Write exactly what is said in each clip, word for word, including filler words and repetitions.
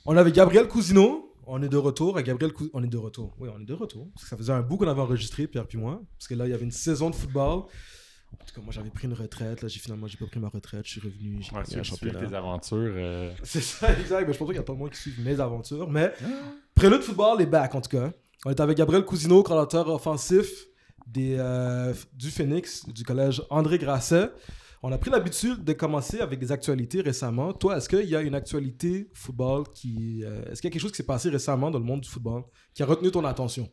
On avait Gabriel Cousineau. On est de retour. À Gabriel Cous... On est de retour. Oui, on est de retour. Parce que ça faisait un bout qu'on avait enregistré, Pierre puis moi. Parce que là, il y avait une saison de football. En tout cas, moi, j'avais pris une retraite. Là, j'ai finalement, j'ai pas pris ma retraite. Je suis revenu. J'ai ouais, gagné un championnat. tes aventures. Euh... C'est ça, exact. Mais je pense qu'il y a pas de monde qui suit mes aventures. Mais Prélude Football est back, en tout cas. On est avec Gabriel Cousineau, coordinateur offensif des, euh, du Phoenix, du collège André Grasset. On a pris l'habitude de commencer avec des actualités récemment. Toi, est-ce qu'il y a une actualité football qui... Euh, est-ce qu'il y a quelque chose qui s'est passé récemment dans le monde du football qui a retenu ton attention?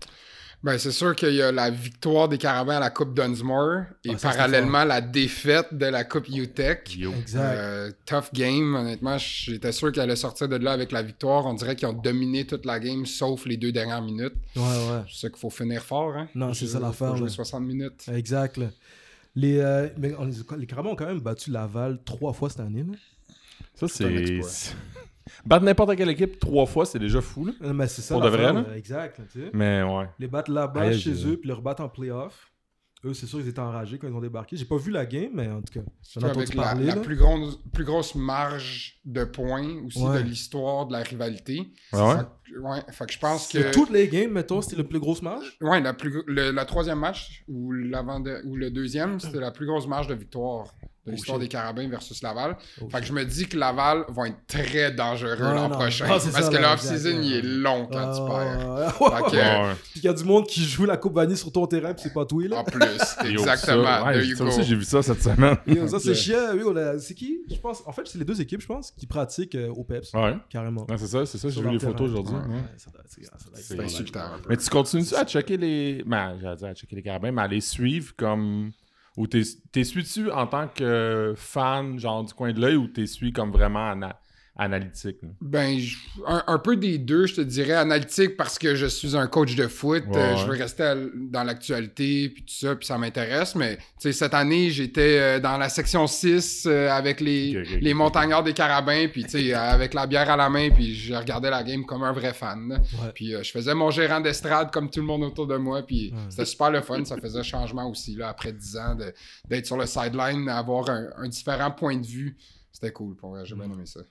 Ben, c'est sûr qu'il y a la victoire des Carabins à la Coupe Dunsmore et ah, ça, parallèlement la défaite de la Coupe U T E C. Exact. Euh, tough game, honnêtement. J'étais sûr qu'elle allait sortir de là avec la victoire. On dirait qu'ils ont dominé toute la game, sauf les deux dernières minutes. Ouais, ouais. C'est ça qu'il faut finir fort. Hein? Non, c'est ça l'affaire. Il faut jouer soixante minutes. Exact. Là. Les, euh, mais on, les Carabins ont quand même battu Laval trois fois cette année. Là. Ça, c'est... c'est... Battre n'importe quelle équipe trois fois, c'est déjà fou. Là. Euh, mais c'est ça. Pour de vrai, là. Exact. Là, tu sais. Mais ouais. Les battre là-bas Aïe, chez je... eux, puis les rebattre en playoff. Eux, c'est sûr qu'ils étaient enragés quand ils ont débarqué. J'ai pas vu la game, mais en tout cas, j'en ai entendu avec parler. La, là. la plus, grosse, plus grosse marge de points aussi ouais. de l'histoire de la rivalité. Ah ouais? Fait, ouais, fait que je pense que... que... Toutes les games, mettons, c'était le plus grosse marge? Ouais, la, plus, le la troisième match, ou, l'avant de, ou le deuxième, c'était la plus grosse marge de victoire de l'histoire oh, des Carabins versus Laval. Oh, fait que je me dis que Laval va être très dangereux ah, l'an non. prochain. Ah, parce ça, que l'off-season, il est long quand uh, tu perds. Ouais, ouais, ouais. Puis il y a du monde qui joue la Coupe Vanille sur ton terrain, puis c'est pas tout, là. En plus, exactement. Ouais, ça aussi, j'ai vu ça cette semaine. Et ça, c'est chiant. Oui, a... C'est qui? Je pense... En fait, c'est les deux équipes, je pense, qui pratiquent euh, au P E P S. Ouais. Carrément. Ouais, c'est ça, c'est ça. J'ai vu les photos aujourd'hui. Ouais. Ouais. Ça doit, c'est, ça doit c'est insultant. Mais tu continues-tu à checker les... Ben, j'allais dire à checker les Carabins, mais à les suivre comme... Ou t'es, t'es suis-tu en tant que fan, genre du coin de l'œil, ou t'es suis comme vraiment ana- analytique? Là? Ben, un, un peu des deux, je te dirais. Analytique parce que je suis un coach de foot. Ouais, euh, ouais. Je veux rester à, dans l'actualité, puis tout ça, puis ça m'intéresse. Mais, tu sais, cette année, j'étais euh, dans la section six euh, avec les, okay, okay, les okay. montagnards des Carabins, puis, tu sais, avec la bière à la main, puis je regardais la game comme un vrai fan. Ouais. Puis, euh, je faisais mon gérant d'estrade comme tout le monde autour de moi, puis ouais. c'était super le fun. Ça faisait changement aussi, là, après dix ans, de, d'être sur le sideline, avoir un, un différent point de vue. C'était cool, pour vrai. J'ai bien aimé ça.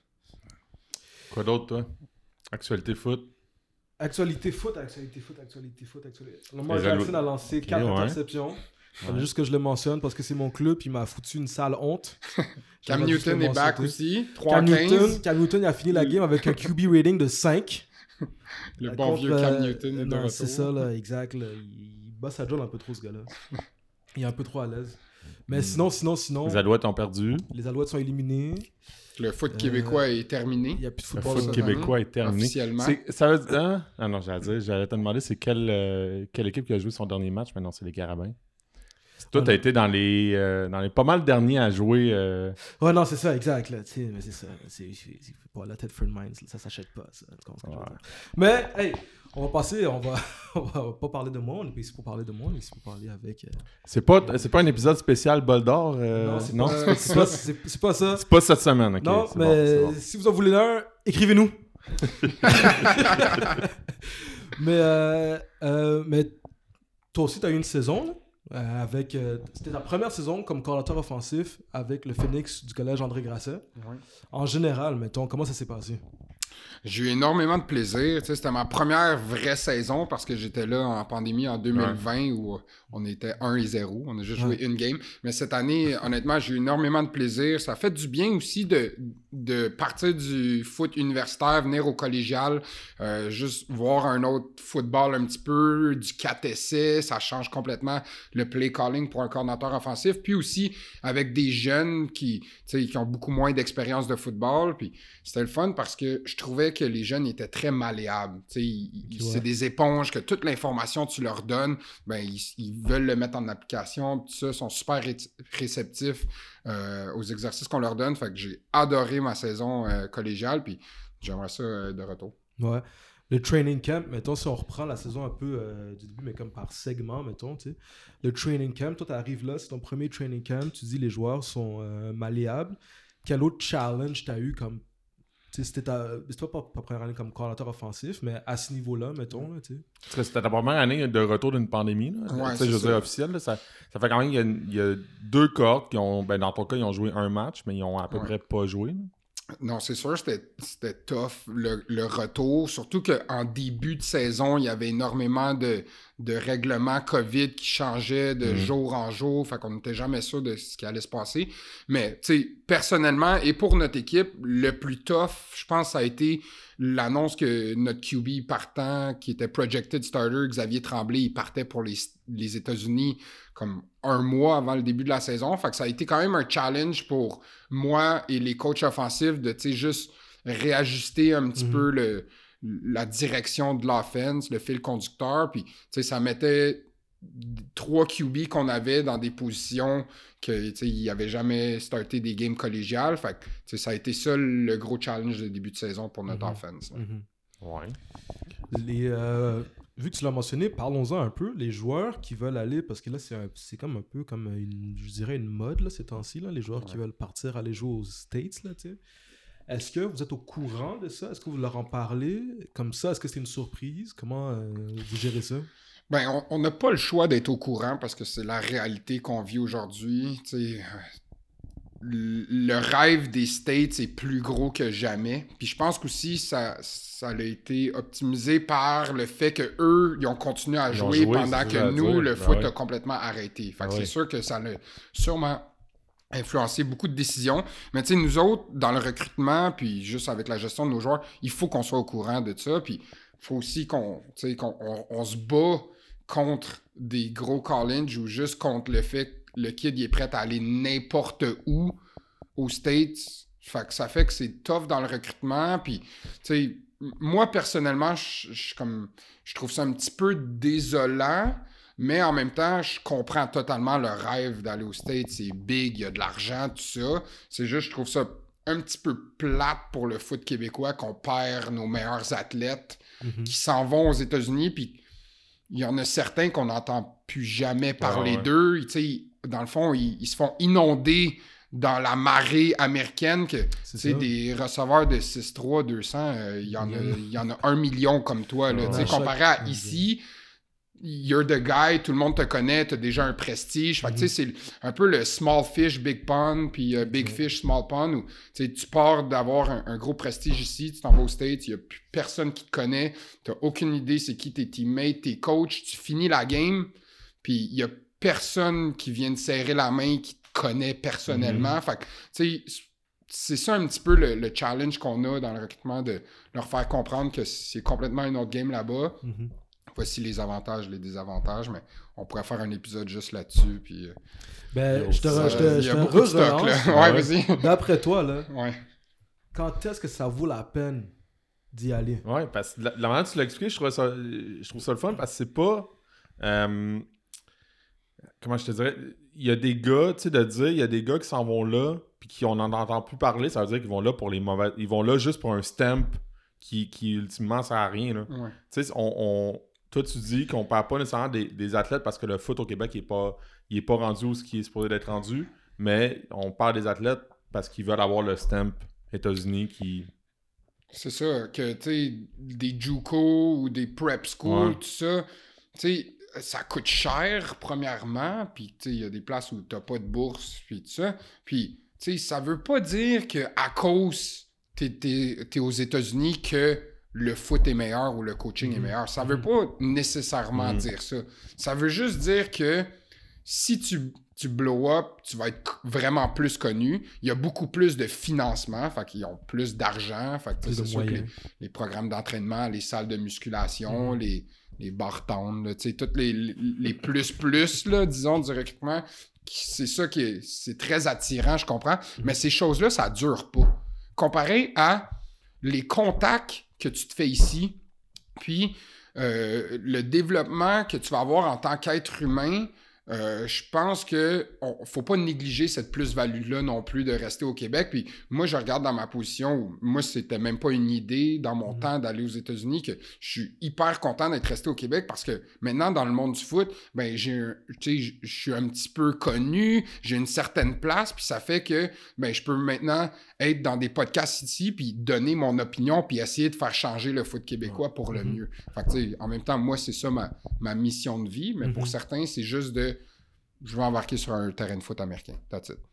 Quoi d'autre, toi? Actualité foot? Actualité foot, actualité foot, actualité foot, actualité... Moi, Jackson a lancé quatre okay, ouais. interceptions. Il ouais. juste que je le mentionne parce que c'est mon club, il m'a foutu une sale honte. Cam Newton est back aussi, trois quinze. Cam Newton a fini la game avec un Q B rating de cinq. Le bon contre, vieux Cam Newton est de retour. C'est ça, là, exact. Là. Il bat sa jolle un peu trop, ce gars-là. Il est un peu trop à l'aise. Mais mm. sinon, sinon, sinon... Les Alouettes ont perdu. Les Alouettes sont éliminés. Le foot euh, québécois est terminé. Il n'y a plus de football. Le foot québécois est terminé. Officiellement. C'est, ça veut dire... Hein? Ah non, j'allais dire, j'allais te demander c'est quelle, euh, quelle équipe qui a joué son dernier match. Mais non, c'est les Carabins. Toi, tu as été dans les, euh, dans les pas mal derniers à jouer. Euh... Ouais, non, c'est ça, exact. Là, mais c'est ça. C'est, c'est, c'est pas la Tedford Mines, ça s'achète pas. Ça, ouais. Mais, hey, on va passer, on va, on va pas parler de moi, on est ici pour parler de moi, on est ici pour parler avec... Euh... C'est, pas, c'est pas un épisode spécial Bol d'Or? Euh... Non, c'est, non pas, c'est, pas, c'est, pas, c'est pas ça. C'est pas cette semaine, ok. Non, c'est mais bon, bon. Si vous en voulez un, écrivez-nous. mais, euh, euh, mais toi aussi, t'as eu une saison, là? Euh, avec, euh, c'était ta première saison comme coordinateur offensif avec le Phoenix du collège André Grasset. Oui. En général, mettons, comment ça s'est passé? J'ai eu énormément de plaisir. Tu sais, c'était ma première vraie saison parce que j'étais là en pandémie en deux mille vingt ouais. où on était un et zéro. On a juste ouais. joué une game. Mais cette année, honnêtement, j'ai eu énormément de plaisir. Ça fait du bien aussi de, de partir du foot universitaire, venir au collégial, euh, juste voir un autre football un petit peu, du quatre essais. Ça change complètement le play calling pour un coordinateur offensif. Puis aussi avec des jeunes qui, tu sais, qui ont beaucoup moins d'expérience de football. Puis c'était le fun parce que je trouvais que les jeunes étaient très malléables. Ils, okay, c'est ouais. des éponges que toute l'information que tu leur donnes, ben, ils, ils veulent le mettre en application. Tout ça, sont super ré- réceptifs euh, aux exercices qu'on leur donne. Fait que j'ai adoré ma saison euh, collégiale, puis j'aimerais ça euh, de retour. Ouais. Le training camp, mettons, si on reprend la saison un peu euh, du début, mais comme par segment, mettons, tu sais. Le training camp, toi, tu arrives là, c'est ton premier training camp, tu dis les joueurs sont euh, malléables. Quel autre challenge tu as eu comme c'était, ta, c'était pas ta première année comme coordinateur offensif, mais à ce niveau-là, mettons. Là, c'était ta première année de retour d'une pandémie. Là, ouais, je veux dire officielle. Là, ça, ça fait quand même qu'il y a, il y a deux cohortes qui ont, ben, dans ton cas, ils ont joué un match, mais ils ont à peu ouais. près pas joué. Là. Non, c'est sûr, c'était, c'était tough, le, le retour. Surtout qu'en début de saison, il y avait énormément de, de règlements COVID qui changeaient de mmh. jour en jour. Fait qu'on n'était jamais sûr de ce qui allait se passer. Mais, tu sais, personnellement, et pour notre équipe, le plus tough, je pense, ça a été l'annonce que notre Q B partant, qui était projected starter, Xavier Tremblay, il partait pour les, les États-Unis comme un mois avant le début de la saison. Fait que ça a été quand même un challenge pour moi et les coachs offensifs de, tu sais, juste réajuster un petit mm-hmm. peu le, la direction de l'offense, le fil conducteur. Puis, tu sais, ça mettait trois Q B qu'on avait dans des positions que, tu sais, ils n'avaient jamais starté des games collégiales. Fait que, tu sais, ça a été ça le gros challenge de début de saison pour notre mm-hmm. offense. Mm-hmm. Ouais. Les, euh, vu que tu l'as mentionné, parlons-en un peu. Les joueurs qui veulent aller, parce que là, c'est, un, c'est comme un peu comme, une, je dirais, une mode là, ces temps-ci, là, les joueurs ouais. qui veulent partir aller jouer aux States, là, tu sais. Est-ce que vous êtes au courant de ça? Est-ce que vous leur en parlez? Comme ça, est-ce que c'est une surprise? Comment euh, vous gérez ça? Ben, on n'a pas le choix d'être au courant parce que c'est la réalité qu'on vit aujourd'hui. Tu sais, le rêve des States est plus gros que jamais. Puis je pense qu'aussi, ça, ça a été optimisé par le fait qu'eux, ils ont continué à jouer, joué pendant que nous, dire. le ben foot ouais. a complètement arrêté. Fait que ben c'est ouais. sûr que ça a sûrement influencé beaucoup de décisions. Mais tu sais, nous autres, dans le recrutement, puis juste avec la gestion de nos joueurs, il faut qu'on soit au courant de ça. Puis il faut aussi qu'on, tu sais, qu'on on, on se bat contre des gros call-ins ou juste contre le fait que le kid il est prêt à aller n'importe où aux States. Fait que ça fait que c'est tough dans le recrutement. Puis, tu sais, moi, personnellement, je, je, comme, je trouve ça un petit peu désolant, mais en même temps, je comprends totalement le rêve d'aller aux States. C'est big, il y a de l'argent, tout ça. C'est juste, je trouve ça un petit peu plate pour le foot québécois qu'on perd nos meilleurs athlètes mm-hmm. qui s'en vont aux États-Unis. Puis, il y en a certains qu'on n'entend plus jamais parler ah ouais. d'eux. Tu sais, dans le fond, ils, ils se font inonder dans la marée américaine que c'est des receveurs de six trois, deux cents, euh, il y en a, il y en a un million comme toi. Là, ouais. Comparé à ici, you're the guy, tout le monde te connaît, tu as déjà un prestige. Fait que, mm-hmm. c'est un peu le small fish, big pond, puis uh, big mm-hmm. fish, small pond, où tu pars d'avoir un, un gros prestige ici, tu t'en vas aux States, il n'y a plus personne qui te connaît, tu n'as aucune idée c'est qui tes teammates, tes coachs, tu finis la game, puis il n'y a personne qui vient te serrer la main, qui te connaît personnellement. Mm-hmm. Fait que, tu sais, c'est ça un petit peu le, le challenge qu'on a dans le recrutement, de leur faire comprendre que c'est complètement un autre game là-bas. Mm-hmm. Voici les avantages, les désavantages, mais on pourrait faire un épisode juste là-dessus. Puis, ben, yo, je te, ça, je te, je te re-relance. Ouais, ouais, vas-y. D'après toi, là, ouais. quand est-ce que ça vaut la peine d'y aller? Ouais, parce que la, la manière dont tu l'as expliqué, je trouve ça, je trouve ça le fun parce que c'est pas... Euh, comment je te dirais? Il y a des gars, tu sais, de dire, il y a des gars qui s'en vont là, puis qui on n'en entend plus parler, ça veut dire qu'ils vont là pour les mauvais... Ils vont là juste pour un stamp qui, qui ultimement sert à rien, là. Ouais. Tu sais, on... on toi, tu dis qu'on ne parle pas nécessairement des, des athlètes parce que le foot au Québec n'est pas, il est pas rendu où ce qui est supposé d'être rendu, mais on parle des athlètes parce qu'ils veulent avoir le stamp États-Unis qui... C'est ça, que tu sais, des JUCO ou des prep school, ouais. tout ça, tu sais, ça coûte cher, premièrement, puis tu sais, il y a des places où tu n'as pas de bourse, puis tout ça. Puis, tu sais, ça veut pas dire qu'à cause tu es aux États-Unis que le foot est meilleur ou le coaching mmh. est meilleur. Ça veut pas nécessairement mmh. dire ça. Ça veut juste dire que si tu, tu blow up, tu vas être vraiment plus connu. Il y a beaucoup plus de financement, fait qu'ils ont plus d'argent. Fait que c'est sûr que les, les programmes d'entraînement, les salles de musculation, mmh. les, les bar-towns, tu sais, tous les, les plus-plus, là, disons, du recrutement, c'est ça qui est, c'est très attirant, je comprends. Mmh. Mais ces choses-là, ça dure pas. Comparé à les contacts que tu te fais ici, puis euh, le développement que tu vas avoir en tant qu'être humain, euh, je pense que on, faut pas négliger cette plus-value-là non plus de rester au Québec. Puis moi, je regarde dans ma position où moi, c'était même pas une idée dans mon mmh. temps d'aller aux États-Unis, que je suis hyper content d'être resté au Québec parce que maintenant, dans le monde du foot, ben j'ai tu sais, je suis un petit peu connu, j'ai une certaine place, puis ça fait que ben je peux maintenant être dans des podcasts ici, puis donner mon opinion, puis essayer de faire changer le foot québécois pour le mmh. mieux. Fait que, tu sais, en même temps, moi, c'est ça ma, ma mission de vie, mais mmh. pour certains, c'est juste de je vais embarquer sur un terrain de foot américain. That's it.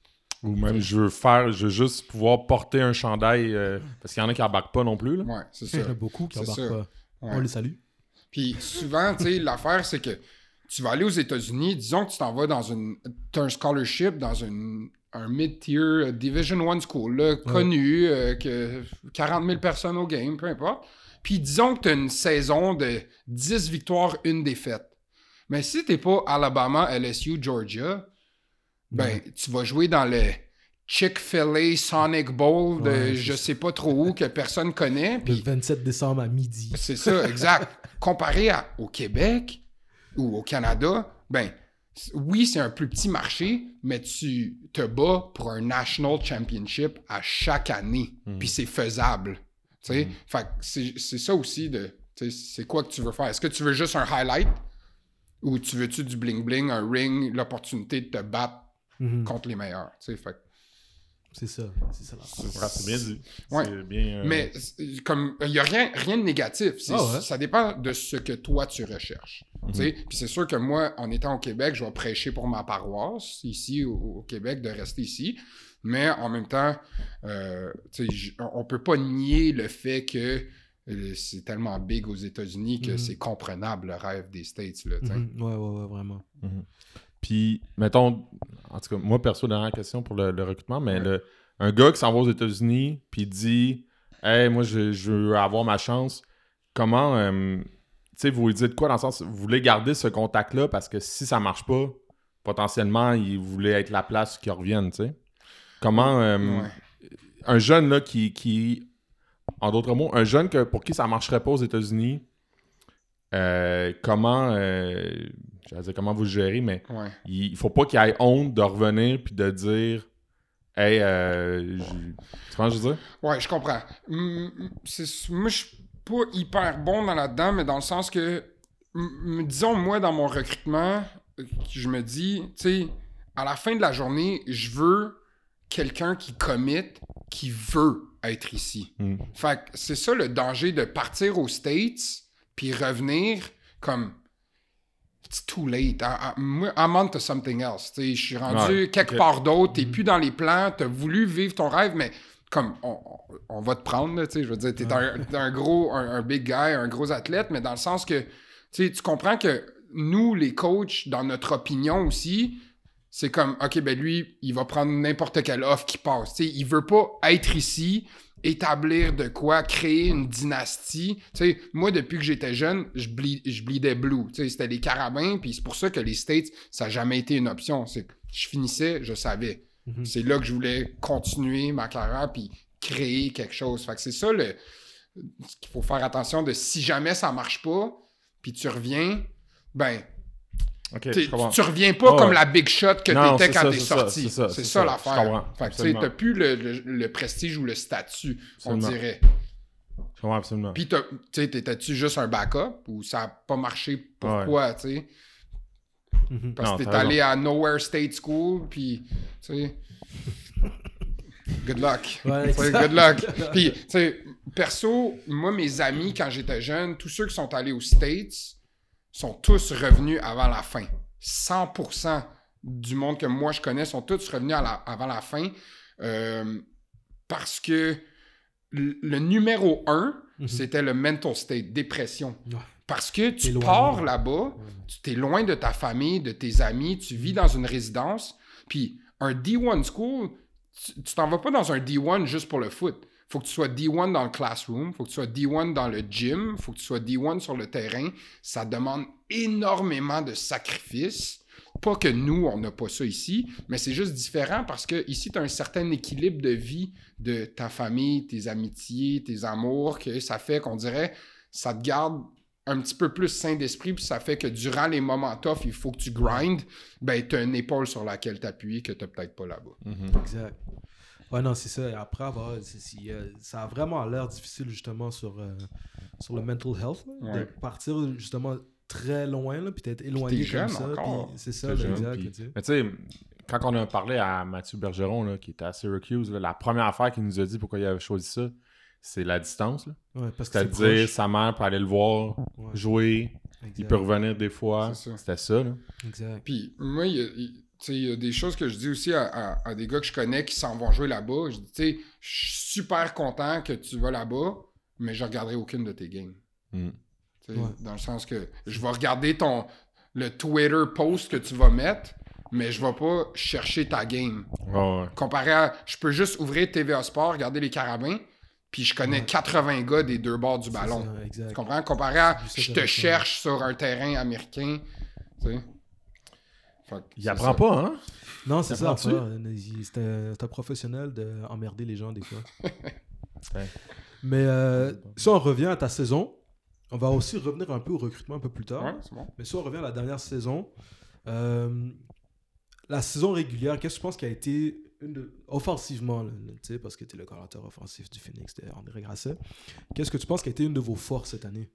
Ou même, je veux faire, je veux juste pouvoir porter un chandail, euh, parce qu'il y en a qui embarquent pas non plus, là. Ouais, c'est Il y ça. en a beaucoup qui C'est embarquent ça. pas. Ouais. On les salue. Puis souvent, tu sais, l'affaire, c'est que tu vas aller aux États-Unis, disons que tu t'en vas dans une. Tu as un scholarship dans une, un mid-tier Division one school, là, connu, euh, que quarante mille personnes au game, peu importe. Puis disons que tu as une saison de dix victoires, une défaite. Mais si t'es pas Alabama, L S U, Georgia, ben, Ouais. tu vas jouer dans le Chick-fil-A Sonic Bowl de Ouais, je c'est sais pas trop où que personne connaît. Le Puis vingt-sept décembre à midi. c'est ça, exact. Comparé à, au Québec ou au Canada, ben, c- oui, c'est un plus petit marché, mais tu te bats pour un National Championship à chaque année. Puis c'est faisable. Tu sais, fait que c'est c'est ça aussi de. Tu sais, c'est quoi que tu veux faire? Est-ce que tu veux juste un highlight ou tu veux-tu du bling-bling, un ring, l'opportunité de te battre Mhm. contre les meilleurs? Tu sais, fait que- C'est ça. C'est ça. l'affaire. Ouais, c'est bien dit. Ouais. C'est bien... euh, Mais c'est- comme il n'y a rien, rien de négatif. C'est- Ah ouais. Ça dépend de ce que toi tu recherches. Tu sais, puis c'est sûr que moi, en étant au Québec, je vais prêcher pour ma paroisse ici au, au Québec, de rester ici. Mais en même temps, euh, tu sais, j- on on peut pas nier le fait que euh, c'est tellement big aux États-Unis que Mhm. c'est comprenable le rêve des States. Là, tu sais. Mhm. Ouais, ouais, ouais, vraiment. Puis, mettons, en tout cas, moi, perso, dernière question pour le, le recrutement, mais Ouais. le, un gars qui s'en va aux États-Unis, puis dit « Hey, moi, je, je veux avoir ma chance. » Comment, euh, tu sais, vous lui dites quoi dans le sens, vous voulez garder ce contact-là parce que si ça marche pas, potentiellement, il voulait être la place qui revienne, tu sais. Comment, euh, Ouais. un jeune, là, qui, qui, en d'autres mots, un jeune que, pour qui ça marcherait pas aux États-Unis, euh, comment, euh, j'allais dire comment vous le gérez, mais Ouais. il, il faut pas qu'il ait honte de revenir puis de dire hey, euh, je- tu vois ce que je veux dire? Ouais, je comprends. Hum, c'est- Moi, je suis pas hyper bon dans là-dedans, mais dans le sens que, hum, disons, moi, dans mon recrutement, euh, je me dis, tu sais, à la fin de la journée, je veux quelqu'un qui commit, qui veut être ici. Mm. Fait que c'est ça le danger de partir aux States puis revenir comme it's too late. I, I, moi, I'm on to something else. T'sais, je suis rendu Ouais, quelque ok. part d'autre, t'es plus dans les plans, t'as voulu vivre ton rêve, mais comme on, on, on va te prendre, là, t'sais, je veux dire, t'es un, t'es un gros, un, un big guy, un gros athlète, mais dans le sens que t'sais, tu comprends que nous, les coachs, dans notre opinion aussi, c'est comme, OK, ben lui, il va prendre n'importe quelle offre qui passe. T'sais, il veut pas être ici, établir de quoi, créer une dynastie. T'sais, moi, depuis que j'étais jeune, je, ble- je bleedais blue. T'sais, c'était les carabins, puis c'est pour ça que les States, ça n'a jamais été une option. C'est que je finissais, je savais. Mhm. C'est là que je voulais continuer ma carrière, puis créer quelque chose. Fait que c'est ça le, ce qu'il faut faire attention de si jamais ça marche pas, puis tu reviens, ben, Ok, T'es- je comprends. tu reviens pas Oh, comme ouais. la big shot que Non, t'étais c'est quand ça, t'es c'est ça, sorti. c'est ça, C'est c'est ça, ça, l'affaire. je comprends, Fait que tu sais, absolument. t'as plus le, le- le prestige ou le statut, on Absolument. dirait. Je comprends absolument. Puis t'as- tu sais, t'étais-tu juste un backup ou ça a pas marché? Pourquoi, tu sais? Mhm. Parce Non, que t'es t'as allé à Nowhere State School, puis, tu sais... Good luck. Ouais, Tu sais, exact. good luck. Puis, tu sais, perso, moi, mes amis, quand j'étais jeune, tous ceux qui sont allés aux States sont tous revenus avant la fin. cent pour cent du monde que moi je connais sont tous revenus à la- avant la fin euh, parce que le, le numéro un, Mhm. c'était le mental state, dépression. Ouais. Parce que tu Éloigné. pars là-bas, tu t'es loin de ta famille, de tes amis, tu vis dans une résidence, puis un D un school, tu tu t'en vas pas dans un D un juste pour le foot. Faut que tu sois D un dans le classroom, faut que tu sois D un dans le gym, faut que tu sois D un sur le terrain. Ça demande énormément de sacrifices. Pas que nous, on n'a pas ça ici, mais c'est juste différent parce que ici, tu as un certain équilibre de vie de ta famille, tes amitiés, tes amours, que ça fait qu'on dirait, ça te garde un petit peu plus sain d'esprit, puis ça fait que durant les moments tough, il faut que tu grindes, ben tu as une épaule sur laquelle t'appuyer que tu peut-être pas là-bas. Mhm. Exact. Ouais, non, c'est ça. Et après, bah, c'est- c'est, euh, ça a vraiment l'air difficile, justement, sur, euh, sur le mental health, là, de Ouais. partir, justement, très loin, là, puis d'être éloigné t'es comme jeune ça. encore. puis c'est ça, T'es là, jeune, exact. puis- tu sais. Mais tu sais, quand on a parlé à Mathieu Bergeron, là, qui était à Syracuse, là, la première affaire qu'il nous a dit pourquoi il avait choisi ça, c'est la distance. là. Ouais, parce que c'est C'est-à-dire, proche. sa mère peut aller le voir, Ouais. jouer, il Exact. peut revenir des fois. C'est ça. C'était ça, là. Exact. Puis moi, il y a- il- il y a des choses que je dis aussi à, à, à des gars que je connais qui s'en vont jouer là-bas. Je dis, tu sais, je suis super content que tu vas là-bas, mais je regarderai aucune de tes games. Mm. Ouais. Dans le sens que je vais regarder ton le Twitter post que tu vas mettre, mais je vais pas chercher ta game. Oh, ouais. Comparé à, je peux juste ouvrir T V A Sport, regarder les carabins, puis je connais ouais. quatre-vingts gars des deux bords du ballon. Ça, tu comprends? Comparé à, je te cherche sur un terrain américain, tu sais. Il apprend ça. Pas, hein? Non, c'est ça. C'est un professionnel d'emmerder les gens, des fois. Ouais. Mais euh, si on revient à ta saison, on va aussi revenir un peu au recrutement un peu plus tard. Ouais, c'est bon. Mais si on revient à la dernière saison, euh, la saison régulière, qu'est-ce que tu penses qui a été, une de, offensivement, là, parce que tu es le coordinateur offensif du Phoenix, c'était André Grasset, qu'est-ce que tu penses qui a été une de vos forces cette année?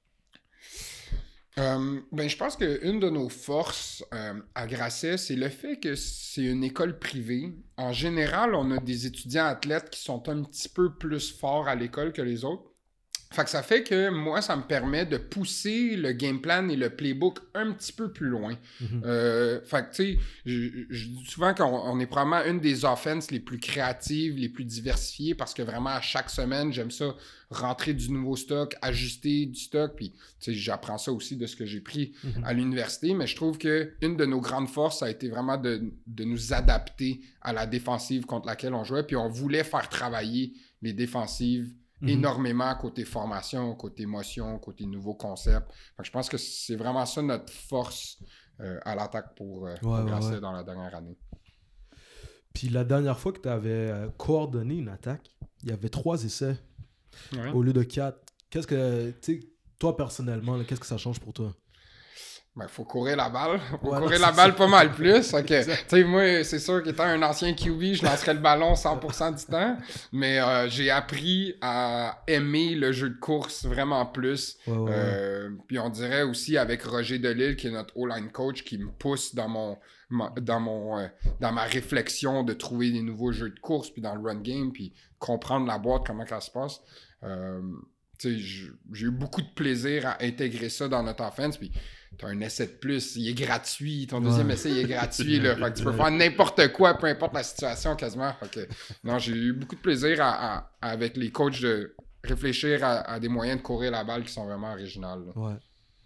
Euh, ben, je pense qu'une de nos forces euh, à Grasset, c'est le fait que c'est une école privée. En général, on a des étudiants athlètes qui sont un petit peu plus forts à l'école que les autres. Fait que ça fait que moi, ça me permet de pousser le game plan et le playbook un petit peu plus loin. Mm-hmm. Euh, fait que, tu sais, je, je dis souvent qu'on on est probablement une des offenses les plus créatives, les plus diversifiées, parce que vraiment, à chaque semaine, j'aime ça, rentrer du nouveau stock, ajuster du stock, puis, tu sais, j'apprends ça aussi de ce que j'ai pris mm-hmm. à l'université, mais je trouve qu'une de nos grandes forces, ça a été vraiment de, de nous adapter à la défensive contre laquelle on jouait, puis on voulait faire travailler les défensives Mm-hmm. énormément côté formation, côté émotion, côté nouveaux concepts. Fait que je pense que c'est vraiment ça notre force euh, à l'attaque pour, euh, ouais, pour Grasset ouais, ouais. dans la dernière année. Puis la dernière fois que tu avais euh, coordonné une attaque, il y avait trois essais ouais. au lieu de quatre. Qu'est-ce que, tu sais, toi personnellement, là, qu'est-ce que ça change pour toi? Il ben, faut courir la balle. Il faut ouais, courir la balle ça. Pas mal plus. Okay. Tu sais, moi, c'est sûr qu'étant un ancien Q B, je lancerais le ballon cent pour cent du temps. Mais euh, j'ai appris à aimer le jeu de course vraiment plus. Ouais, ouais, euh, ouais. Puis on dirait aussi avec Roger Delisle, qui est notre O-line coach, qui me pousse dans mon dans mon euh, dans ma réflexion de trouver des nouveaux jeux de course, puis dans le run game, puis comprendre la boîte, comment ça se passe. Euh, tu sais, j'ai eu beaucoup de plaisir à intégrer ça dans notre offense, puis t'as un essai de plus, il est gratuit, ton deuxième ouais. essai il est gratuit, là, fait que tu peux faire n'importe quoi, peu importe la situation quasiment, fait que non, j'ai eu beaucoup de plaisir à, à, avec les coachs de réfléchir à, à des moyens de courir la balle qui sont vraiment originales. Là. Ouais.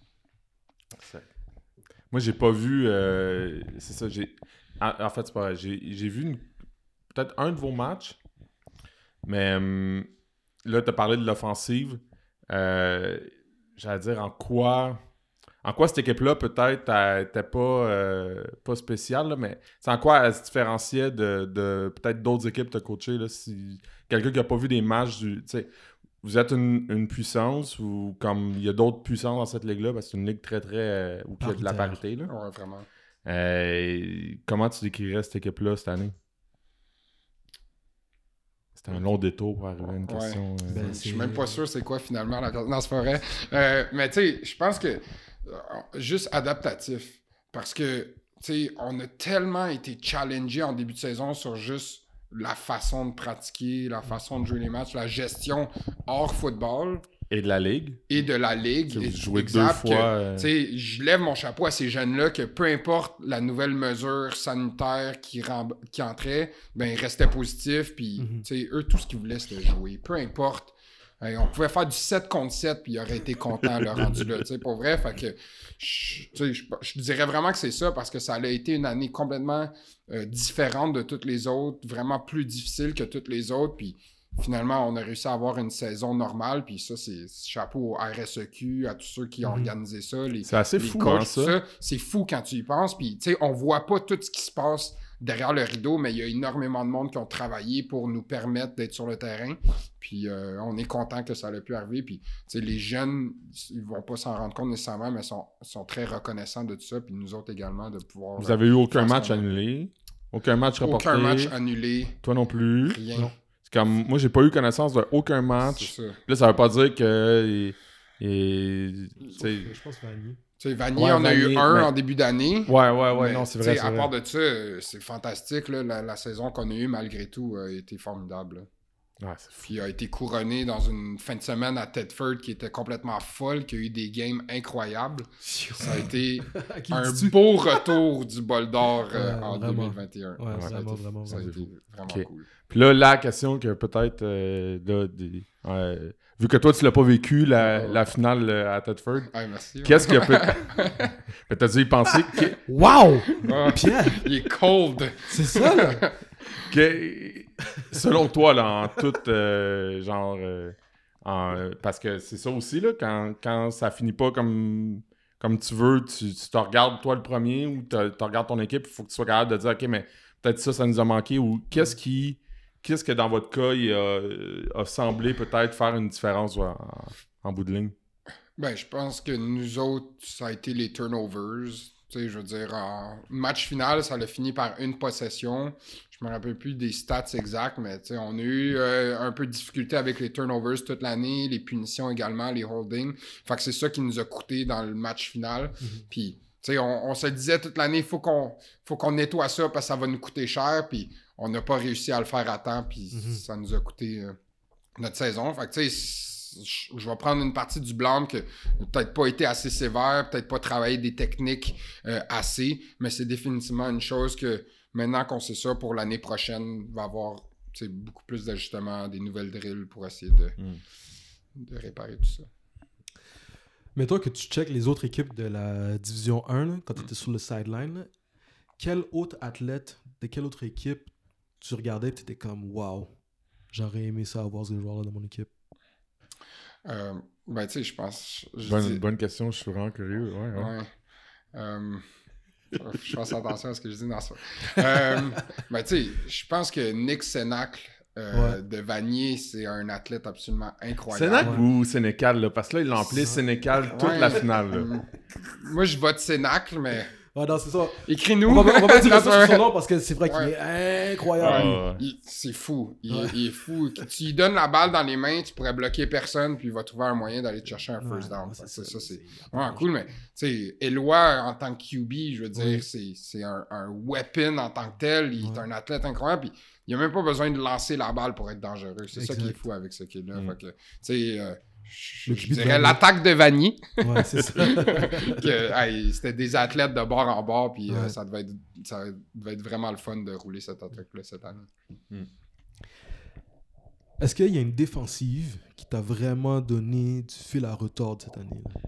Moi, j'ai pas vu, euh, c'est ça, j'ai, en, en fait, c'est pas vrai, j'ai, j'ai vu une, peut-être un de vos matchs, mais hum, là, t'as parlé de l'offensive, euh, j'allais dire en quoi... En quoi cette équipe-là, peut-être, n'était pas, euh, pas spéciale, là, mais c'est en quoi elle se différenciait de, de peut-être d'autres équipes que tu as coachées? Là, si quelqu'un qui n'a pas vu des matchs, du, vous êtes une, une puissance ou comme il y a d'autres puissances dans cette ligue-là, parce que c'est une ligue très, très... Euh, où il y a de la parité. Là. Ouais, vraiment. Euh, comment tu décrirais cette équipe-là cette année? C'était un long détour pour arriver à une question. Ouais. Euh, ben, je suis même pas sûr c'est quoi finalement la... Non, c'est pas vrai. Euh, mais tu sais, je pense que juste adaptatif. Parce que, tu sais, on a tellement été challengé en début de saison sur juste la façon de pratiquer, la façon de jouer les matchs, la gestion hors football. Et de la Ligue. Et de la Ligue. Vous jouez deux fois. Euh... Tu sais, je lève mon chapeau à ces jeunes-là que peu importe la nouvelle mesure sanitaire qui, rem... qui entrait, ben ils restaient positifs. Puis, mm-hmm. tu sais, eux, tout ce qu'ils voulaient, c'était jouer. Peu importe. On pouvait faire du sept contre sept puis il aurait été content le rendu là, tu sais, pour vrai. Fait que je, je, je dirais vraiment que c'est ça parce que ça a été une année complètement euh, différente de toutes les autres, vraiment plus difficile que toutes les autres. Puis finalement, on a réussi à avoir une saison normale. Puis ça, c'est chapeau au R S E Q, à tous ceux qui ont mmh. organisé ça. Les, c'est assez les fou, coachs, hein, ça. ça. C'est fou quand tu y penses. Puis tu sais, on voit pas tout ce qui se passe derrière le rideau, mais il y a énormément de monde qui ont travaillé pour nous permettre d'être sur le terrain. Puis euh, on est content que ça ait pu arriver. Puis les jeunes, ils vont pas s'en rendre compte nécessairement, mais sont, sont très reconnaissants de tout ça. Puis nous autres également de pouvoir... Vous avez eu aucun match annulé? Aucun match reporté? Aucun match annulé. Toi non plus? Rien. Non. C'est comme, moi, j'ai pas eu connaissance d'aucun match. C'est ça. Là, ça veut pas dire que... Et, et, je pense que Vanier. Tu sais, Vanier, ouais, on Vanier, a eu un mais... en début d'année. Ouais, ouais, ouais, mais, non, c'est vrai. À vrai. part de ça, c'est fantastique. Là, la, la saison qu'on a eue, malgré tout, a été formidable. Ah, c'est fou. Puis il a été couronné dans une fin de semaine à Tedford qui était complètement folle, qui a eu des games incroyables. Ça a été un beau retour du bol d'or euh, ouais, en vraiment. deux mille vingt et un. Ouais, ça vraiment, a été, vraiment, ça a vraiment. été vraiment Okay. cool. Puis là, la question que peut-être, euh, là, des, euh, vu que toi, tu l'as pas vécu, la, oh. la finale euh, à Tedford, Ouais, merci. qu'est-ce que peut... T'as-tu y pensé que... Wow! Oh, Pierre! il est cold! C'est ça, là! que- selon toi, là, en tout, euh, genre... euh, en, euh, parce que c'est ça aussi, là, quand, quand ça finit pas comme, comme tu veux, tu, tu te regardes toi le premier ou tu regardes ton équipe, il faut que tu sois capable de dire, OK, mais peut-être ça, ça nous a manqué, ou qu'est-ce qui... Qu'est-ce que dans votre cas, il a, a semblé peut-être faire une différence en, en bout de ligne? Ben, je pense que nous autres, ça a été les turnovers. Tu sais, je veux dire, en match final, ça a fini par une possession. Je me rappelle plus des stats exacts, mais tu sais, on a eu euh, un peu de difficulté avec les turnovers toute l'année, les punitions également, les holdings. Fait que c'est ça qui nous a coûté dans le match final. Mm-hmm. Puis, tu sais, on, on se disait toute l'année, il faut qu'on faut qu'on nettoie ça parce que ça va nous coûter cher. Puis, on n'a pas réussi à le faire à temps, puis mm-hmm. ça nous a coûté euh, notre saison. Fait que, tu sais, je, je vais prendre une partie du blâme que peut-être pas été assez sévère, peut-être pas travaillé des techniques euh, assez, mais c'est définitivement une chose que maintenant qu'on sait ça, pour l'année prochaine, il va y avoir beaucoup plus d'ajustements, des nouvelles drills pour essayer de, mm. de réparer tout ça. Mais toi, que tu checkes les autres équipes de la Division un, là, quand tu étais mm. sur le sideline, là, quel autre athlète de quelle autre équipe tu regardais et tu étais comme « Wow, j'aurais aimé ça avoir ces joueurs-là dans mon équipe ». Euh, ben, tu sais, je pense... Je bonne, dis... bonne question, je suis vraiment curieux. Ouais, ouais. ouais. Euh, je fasse attention à ce que je dis dans ça. Euh, ben, tu sais, je pense que Nick Sénacle euh, ouais. de Vanier, c'est un athlète absolument incroyable. Sénacle ouais. ou Sénécal, là? Parce que là, il l'emplit Sénécal toute ouais. la finale. Là. Moi, je vote Sénacle, mais... Ah non, c'est ça. Écris-nous. On va, on va pas dire ça sur son nom parce que c'est vrai qu'il ouais. est incroyable. Ouais. Il, c'est fou. Il, ouais. il est fou. Tu lui donnes la balle dans les mains, tu pourrais bloquer personne, puis il va trouver un moyen d'aller te chercher un first ouais, down. Ouais, c'est ça, ça, c'est vraiment cool. Mais, tu sais, Eloi, en tant que Q B, je veux dire, oui. c'est, c'est un, un weapon en tant que tel. Il ouais. est un athlète incroyable. Puis, il n'a même pas besoin de lancer la balle pour être dangereux. C'est exact. Ça qui est fou avec ce kid-là. Mm. Fait que, tu sais... Euh, Je, je dirais l'attaque de Vanier. Ouais, c'est ça. que, hey, c'était des athlètes de bord en bord, puis ouais. euh, ça, devait être, ça devait être vraiment le fun de rouler cette attaque-là cette année. Mm. Est-ce qu'il y a une défensive qui t'a vraiment donné du fil à retordre cette année? Là?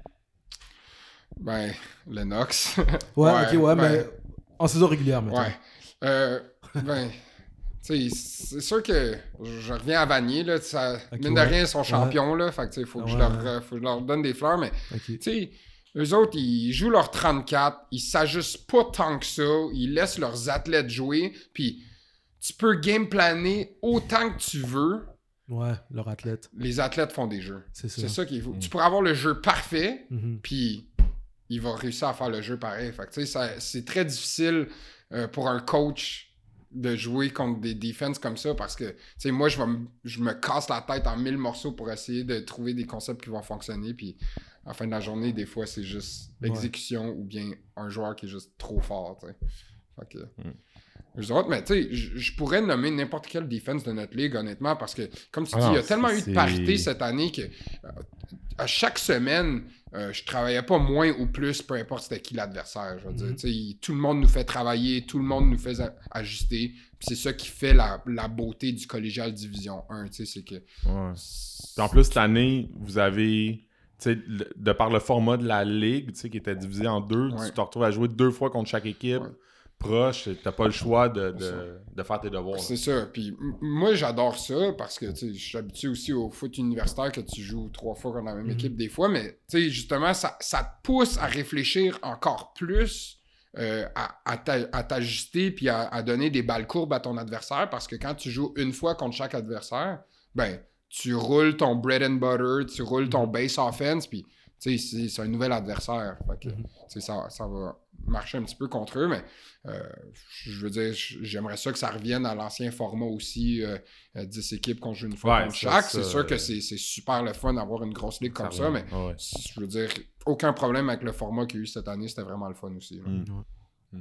Ben, Lennox. ouais, ouais, ok, ouais, ben, mais en saison régulière, maintenant. Ouais. Euh, ben... T'sais, c'est sûr que je reviens à Vanier, là, ça, okay, mine de rien, ils sont champions, ouais. là, fait que, faut, que ouais, je leur, ouais. faut que je leur donne des fleurs, mais okay. t'sais, eux autres, ils jouent leur trente-quatre, ils s'ajustent pas tant que ça, ils laissent leurs athlètes jouer, puis tu peux game-planer autant que tu veux. Ouais, leurs athlètes. Les athlètes font des jeux. C'est ça, c'est ça qu'il faut. Mm. Tu pourrais avoir le jeu parfait, mm-hmm. puis il va réussir à faire le jeu pareil. Fait que, t'sais, ça, c'est très difficile euh, pour un coach de jouer contre des defenses comme ça parce que, tu sais, moi, je, vais m- je me casse la tête en mille morceaux pour essayer de trouver des concepts qui vont fonctionner, puis à la fin de la journée, des fois, c'est juste l'exécution ouais. ou bien un joueur qui est juste trop fort, tu sais. Fait que... Mm. Eux autres, mais tu sais, je pourrais nommer n'importe quelle defense de notre ligue, honnêtement, parce que, comme tu ah dis, il y a tellement eu de parité cette année que euh, à chaque semaine, euh, je travaillais pas moins ou plus, peu importe c'était qui l'adversaire. Je veux mm-hmm. dire, tu sais, tout le monde nous fait travailler, tout le monde nous fait a- ajuster. Puis c'est ça qui fait la, la beauté du collégial Division un, tu sais, c'est que... Ouais. Puis en plus, cette année, vous avez... Tu sais, de par le format de la ligue, tu sais, qui était divisé en deux, ouais. tu te retrouves à jouer deux fois contre chaque équipe. Ouais. Proche, t'as pas le choix de, de, de faire tes devoirs. C'est ça. Puis m- moi, j'adore ça parce que je suis habitué aussi au foot universitaire que tu joues trois fois contre la même mm-hmm. équipe des fois, mais justement, ça, ça te pousse à réfléchir encore plus, euh, à, à, t'a, à t'ajuster puis à, à donner des balles courbes à ton adversaire parce que quand tu joues une fois contre chaque adversaire, ben, tu roules ton bread and butter, tu roules ton base offense, puis c'est, c'est un nouvel adversaire. Fait que, mm-hmm. ça, ça va marcher un petit peu contre eux, mais euh, je veux dire, j'aimerais ça que ça revienne à l'ancien format aussi, euh, dix équipes qu'on joue une fois ouais, contre ça, chaque. Ça, c'est sûr euh... que c'est, c'est super le fun d'avoir une grosse ligue comme ça, ça mais ouais. je veux dire, aucun problème avec le format qu'il y a eu cette année, c'était vraiment le fun aussi. Mm. Mm.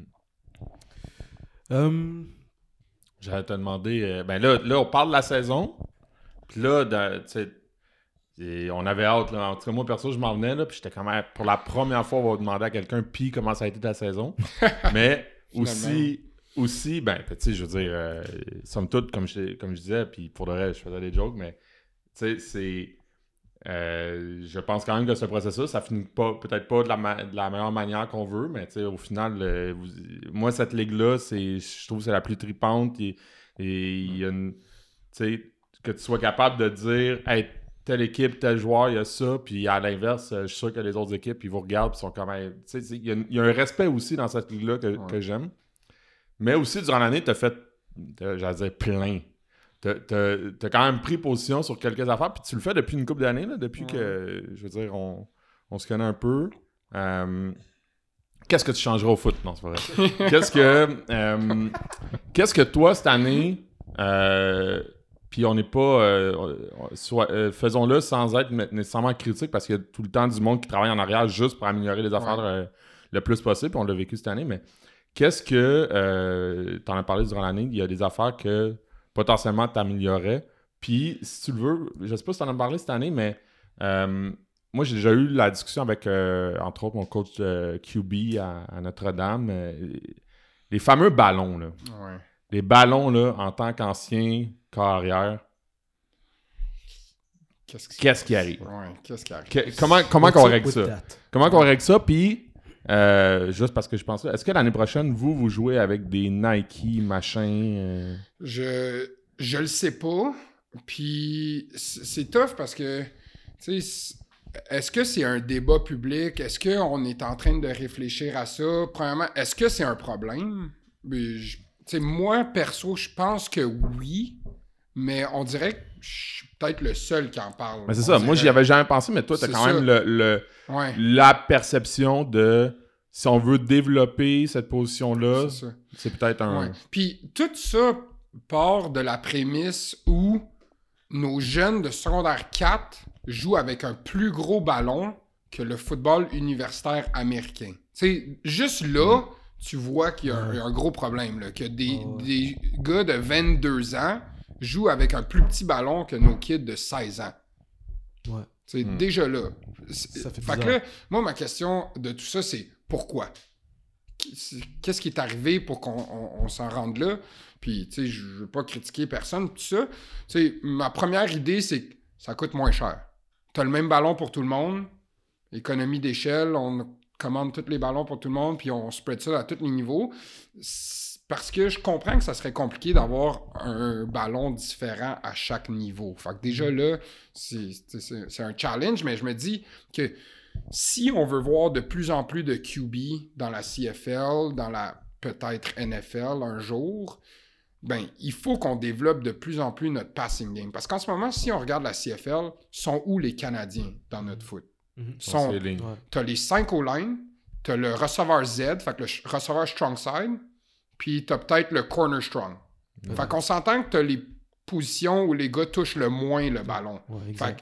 Um... J'allais te demander, euh, ben là, là, on parle de la saison. Puis là, tu sais, et on avait hâte, là. En tout cas, moi, perso, je m'en venais, là, puis j'étais quand même, pour la première fois, on va demander à quelqu'un, puis comment ça a été ta saison. Mais aussi, aussi, ben, tu sais, je veux dire, euh, somme toute, comme je, comme je disais, puis pour le reste, je faisais des jokes, mais, tu sais, c'est... Euh, je pense quand même que ce processus, ça finit pas, peut-être pas de la, ma- de la meilleure manière qu'on veut, mais, tu sais, au final, euh, vous, moi, cette ligue-là, c'est, je trouve que c'est la plus tripante, et il y a une... Tu sais, que tu sois capable de dire, hey, telle équipe, tel joueur, il y a ça, puis à l'inverse, je suis sûr que les autres équipes, ils vous regardent, puis sont comme, hey, tu sais, il y, a une- il y a un respect aussi dans cette ligue-là que, Ouais. que j'aime. Mais aussi, durant l'année, t'as fait, t'as, j'allais dire, plein. T'as, t'as, t'as quand même pris position sur quelques affaires, puis tu le fais depuis une couple d'années, là, depuis ouais. que, je veux dire, on, on se connaît un peu. Euh, qu'est-ce que tu changeras au foot? Non, c'est pas vrai. Qu'est-ce que, euh, qu'est-ce que toi, cette année... Euh, Puis on n'est pas... Euh, soit, euh, faisons-le sans être nécessairement critique parce qu'il y a tout le temps du monde qui travaille en arrière juste pour améliorer les affaires Ouais. euh, le plus possible. Puis on l'a vécu cette année. Mais qu'est-ce que... Euh, tu en as parlé durant l'année. Il y a des affaires que potentiellement tu améliorais. Puis si tu le veux, je sais pas si tu en as parlé cette année, mais euh, moi j'ai déjà eu la discussion avec, euh, entre autres, mon coach de Q B à, à Notre-Dame. Euh, les fameux ballons, là. Ouais. Les ballons, là, en tant qu'ancien corps arrière, Qu'est-ce qui, qu'est-ce qui arrive? Ouais, qu'est-ce qui arrive? Que- comment comment What's qu'on up règle with ça? that? Comment qu'on règle ça? Puis, euh, juste parce que je pense ça, est-ce que l'année prochaine, vous, vous jouez avec des Nike, machin? euh? Je, je le sais pas. Puis c'est c'est tough parce que, tu sais, est-ce que c'est un débat public? Est-ce qu'on est en train de réfléchir à ça? Premièrement, est-ce que c'est un problème? Mais je- tu sais, moi, perso, je pense que oui, mais on dirait que je suis peut-être le seul qui en parle. Mais c'est On ça, moi, dirait- j'y avais jamais pensé, mais toi, t'as C'est quand ça. même le, le- Ouais, la perception de si on veut développer cette position-là, c'est ça. c'est peut-être un... Ouais. Puis tout ça part de la prémisse où nos jeunes de secondaire quatre jouent avec un plus gros ballon que le football universitaire américain. Tu sais, juste là, Mm. tu vois qu'il y a un, Ouais. un gros problème, là, que des, Ouais, ouais. des gars de vingt-deux ans jouent avec un plus petit ballon que nos kids de seize ans. Ouais. C'est Mm. déjà là. C'est- Ça fait fait que bizarre. là, moi, ma question de tout ça, c'est pourquoi? Qu'est-ce qui est arrivé pour qu'on on- on s'en rende là? Puis, tu sais, je veux pas critiquer personne, tout ça. Tu sais, ma première idée, c'est que ça coûte moins cher. T'as le même ballon pour tout le monde, économie d'échelle, on commande tous les ballons pour tout le monde, puis on spread ça à tous les niveaux. C'est parce que je comprends que ça serait compliqué d'avoir un ballon différent à chaque niveau. Fait que déjà là, c'est c'est- c'est un challenge, mais je me dis que si on veut voir de plus en plus de Q B dans la C F L, dans la peut-être N F L un jour, ben il faut qu'on développe de plus en plus notre passing game. Parce qu'en ce moment, si on regarde la C F L, sont où les Canadiens dans notre foot? Mhm. Sont, C'est les- Ouais. t'as les cinq O-line, t'as le receveur Z, fait que le ch- receveur strong side, puis t'as peut-être le corner strong. Ouais. Fait qu'on s'entend que t'as les positions où les gars touchent le moins le ballon. Ouais, Fait exact.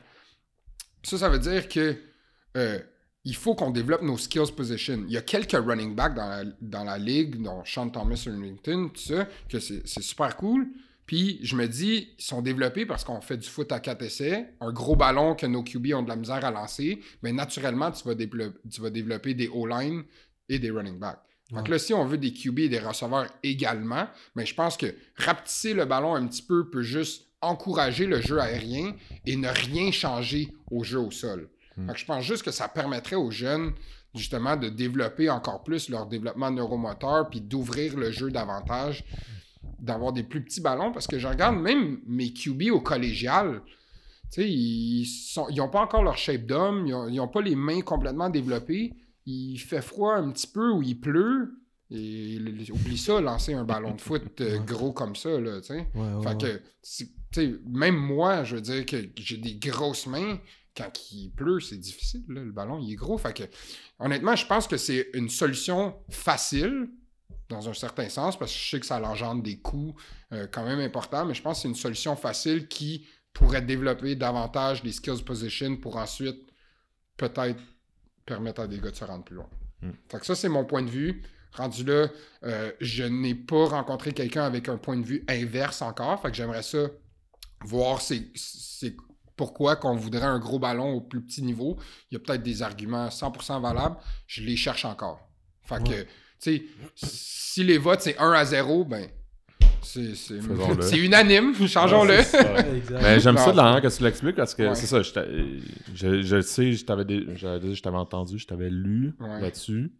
que ça, ça veut dire que euh, il faut qu'on développe nos skills position. Il y a quelques running backs dans la, dans la ligue, dont Sean Thomas Arlington, tout ça, que c'est c'est super cool. Puis je me dis, ils sont développés parce qu'on fait du foot à quatre essais, un gros ballon que nos Q B ont de la misère à lancer, mais naturellement, tu vas, dévelop- tu vas développer des O-line et des running backs. Fait Ouais. que là, si on veut des Q B et des receveurs également, mais je pense que rapetisser le ballon un petit peu peut juste encourager le jeu aérien et ne rien changer au jeu au sol. Mm. Fait que je pense juste que ça permettrait aux jeunes, justement, de développer encore plus leur développement neuromoteur puis d'ouvrir le jeu davantage, d'avoir des plus petits ballons. Parce que je regarde même mes Q B au collégial, tu sais, ils sont, ils ont pas encore leur shape d'homme, ils ont, ils ont pas les mains complètement développées. Il fait froid un petit peu ou il pleut. Et l- oublie ça, lancer un ballon de foot euh, gros comme ça, là, tu sais. Ouais, ouais, Fait ouais. que, c'est- tu sais, même moi, je veux dire que j'ai des grosses mains. Quand il pleut, c'est difficile, là, le ballon, il est gros. Fait que, honnêtement, je pense que c'est une solution facile, dans un certain sens, parce que je sais que ça engendre des coûts euh, quand même importants, mais je pense que c'est une solution facile qui pourrait développer davantage les skills position pour ensuite, peut-être, permettre à des gars de se rendre plus loin. Mm. Fait que ça, c'est mon point de vue. Rendu là, euh, je n'ai pas rencontré quelqu'un avec un point de vue inverse encore. Fait que j'aimerais ça voir c'est, c'est pourquoi qu'on voudrait un gros ballon au plus petit niveau. Il y a peut-être des arguments cent pour cent valables. Je les cherche encore. Fait ouais. que, tu sais, si les votes, c'est un à zéro, ben... C'est, c'est, c'est unanime, changeons-le. Ouais, c'est mais j'aime non, ça de la manière que tu l'expliques parce que ouais. c'est ça, je, je, je le sais, je t'avais, dé, je, je t'avais entendu, je t'avais lu ouais. là-dessus,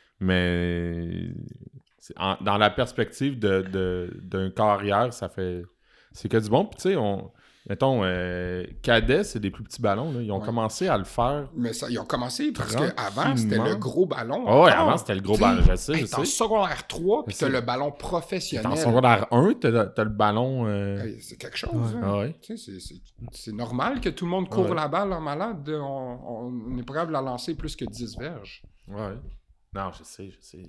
mais c'est en, dans la perspective de, de, d'un carrière, ça fait. C'est que du bon. Puis tu sais, on. Mettons, euh, cadet, c'est des plus petits ballons. Là. Ils ont ouais. commencé à le faire. Mais ça, ils ont commencé parce qu'avant, c'était le gros ballon. Oh, ouais, avant, c'était le gros ballon. Je sais, je sais. T'es en secondaire trois, puis t'as le ballon professionnel. T'es en secondaire un, t'as, t'as le ballon. Euh... Hey, c'est quelque chose. Ouais. Hein. Ah ouais. c'est, c'est, c'est normal que tout le monde court ouais. la balle en malade. On, on est prêt à la lancer plus que dix verges. Ouais. Non, je sais, je sais.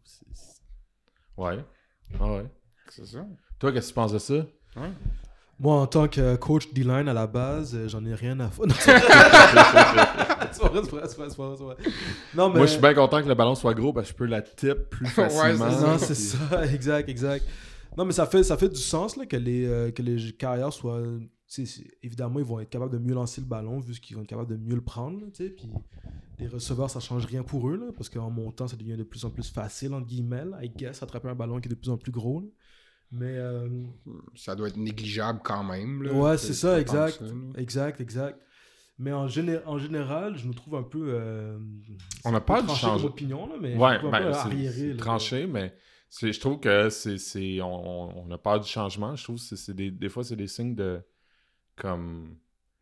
Ouais. Ah ouais. C'est ça. Toi, qu'est-ce que tu penses de ça? Ouais. Moi, en tant que coach D-line à la base, j'en ai rien à foutre. C'est vrai, c'est vrai, c'est vrai, c'est vrai, c'est vrai. Non, mais... Moi, je suis bien content que le ballon soit gros parce que je peux la tip plus facilement. ouais, c'est non, c'est ça, exact, exact. Non, mais ça fait, ça fait du sens là, que, les, euh, que les carrières soient... C'est, évidemment, ils vont être capables de mieux lancer le ballon vu qu'ils vont être capables de mieux le prendre. Puis les receveurs, ça change rien pour eux là, parce qu'en montant, ça devient de plus en plus facile, entre guillemets, là, I guess, attraper un ballon qui est de plus en plus gros. Là. Mais euh... ça doit être négligeable quand même. Là, ouais, c'est ça, exact. Ça, exact, exact. Mais en, géné- en général, je me trouve un peu. Euh... On n'a pas de changer opinion, là, mais ouais, un ben, peu c'est, arriéré, c'est là, tranché, mais c'est, je trouve que c'est, c'est on n'a pas du changement. Je trouve que c'est, c'est des, des fois, c'est des signes de. Comme.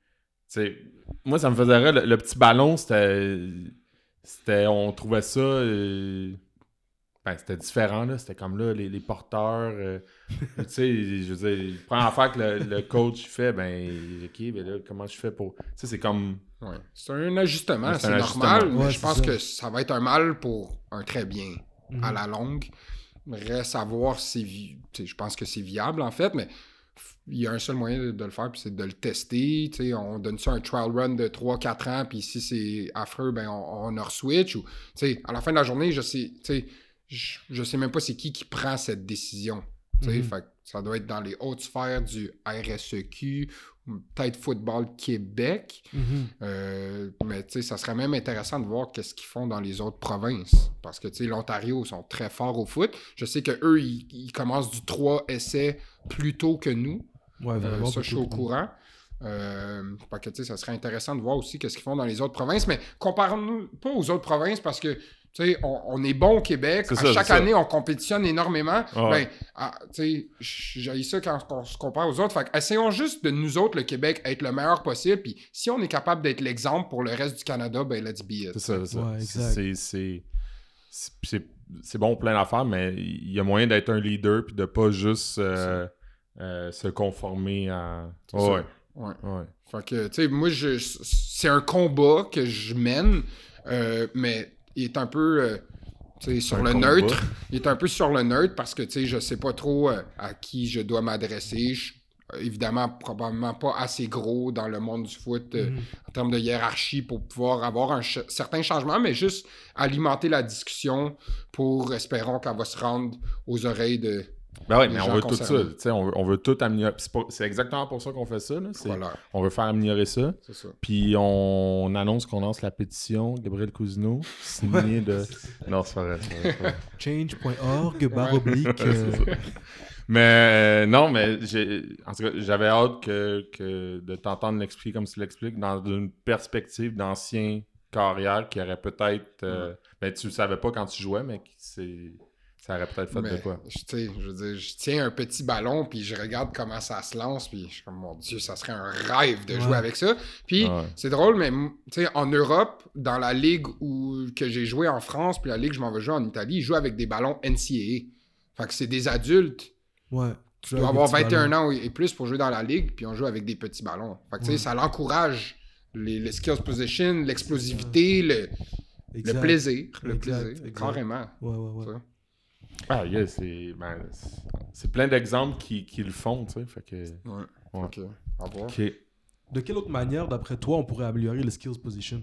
Tu sais, moi, ça me faisait rire. Le, le petit ballon, c'était. C'était. On trouvait ça. Euh... Ben, c'était différent, là. C'était comme là, les, les porteurs. Euh, tu sais, je veux dire, la première affaire que le, le coach fait, ben, OK, ben là, comment je fais pour. Tu sais, c'est comme. Ouais. C'est un ajustement, c'est, c'est un normal. Ajustement. Ouais, je pense ça. que ça va être un mal pour un très bien mm-hmm. à la longue. Reste à voir si c'est. Je pense que c'est viable, en fait, mais il y a un seul moyen de, de le faire, puis c'est de le tester. Tu sais, on donne ça un trial run de trois à quatre ans, puis si c'est affreux, ben, on, on en switch. Ou, tu sais, à la fin de la journée, je sais. Tu sais, Je, je sais même pas c'est qui qui prend cette décision. Mm-hmm. Fait que ça doit être dans les hautes sphères du R S E Q, peut-être Football Québec. Mm-hmm. Euh, mais ça serait même intéressant de voir qu'est-ce qu'ils font dans les autres provinces. Parce que l'Ontario sont très forts au foot. Je sais qu'eux, ils, ils commencent du trois essais plus tôt que nous. Ouais, vraiment, euh, ça, je suis au courant. Euh, parce que ça serait intéressant de voir aussi qu'est-ce qu'ils font dans les autres provinces. Mais comparons-nous pas aux autres provinces parce que tu sais, on, on est bon au Québec. À ça, chaque année, ça. on compétitionne énormément. Ah ouais. Ben, ah, tu sais, j'ai ça quand on se compare aux autres. Fait essayons juste de nous autres, le Québec, être le meilleur possible. Puis si on est capable d'être l'exemple pour le reste du Canada, ben let's be it. C'est ça, c'est ça. Ouais, c'est, c'est, c'est, c'est, c'est bon plein d'affaires, mais il y a moyen d'être un leader puis de pas juste euh, euh, se conformer à... Oh, ouais. Ouais. ouais. Fait que, tu sais, moi, je, c'est un combat que je mène, euh, mais... il est un peu euh, sur un le combat. neutre. Il est un peu sur le neutre parce que je sais pas trop euh, à qui je dois m'adresser. Je, euh, évidemment, probablement pas assez gros dans le monde du foot euh, mm. en termes de hiérarchie pour pouvoir avoir un ch- certain changement, mais juste alimenter la discussion pour, espérons qu'elle va se rendre aux oreilles de... Ben oui, mais on veut concernés. tout ça. On veut, on veut tout améliorer. C'est, pas, c'est exactement pour ça qu'on fait ça. Là. C'est, voilà. On veut faire améliorer ça. C'est ça. Puis on, on annonce qu'on lance la pétition Gabriel Cousineau, signée de... Non, c'est pas vrai. C'est vrai. change point org, barre oblique. Euh... mais euh, non, mais j'ai, en tout cas, j'avais hâte que, que de t'entendre l'expliquer comme tu l'expliques dans une perspective d'ancien carrière qui aurait peut-être... Euh, mm. Ben, tu le savais pas quand tu jouais, mais qui c'est... Ça aurait peut-être fait mais, de quoi. Je, je veux dire, je tiens un petit ballon, puis je regarde comment ça se lance, puis je suis comme, mon Dieu, ça serait un rêve de ouais. jouer avec ça. Puis, ouais. c'est drôle, mais tu sais, en Europe, dans la ligue où, que j'ai joué en France, puis la ligue que je m'en vais jouer en Italie, ils jouent avec des ballons N C A A. Fait que c'est des adultes. Ouais. Tu dois avoir vingt et un ans et plus pour jouer dans la ligue, puis on joue avec des petits ballons. Fait que tu sais, ouais. ça l'encourage les, les skills position, l'explosivité, le, le plaisir. Le exact. plaisir, exact. Carrément. Ouais, ouais, ouais. Ah, yeah, c'est, ben, c'est, c'est plein d'exemples qui, qui le font, tu sais, fait que... Ouais, ouais. OK, au revoir. OK. De quelle autre manière, d'après toi, on pourrait améliorer le skills position?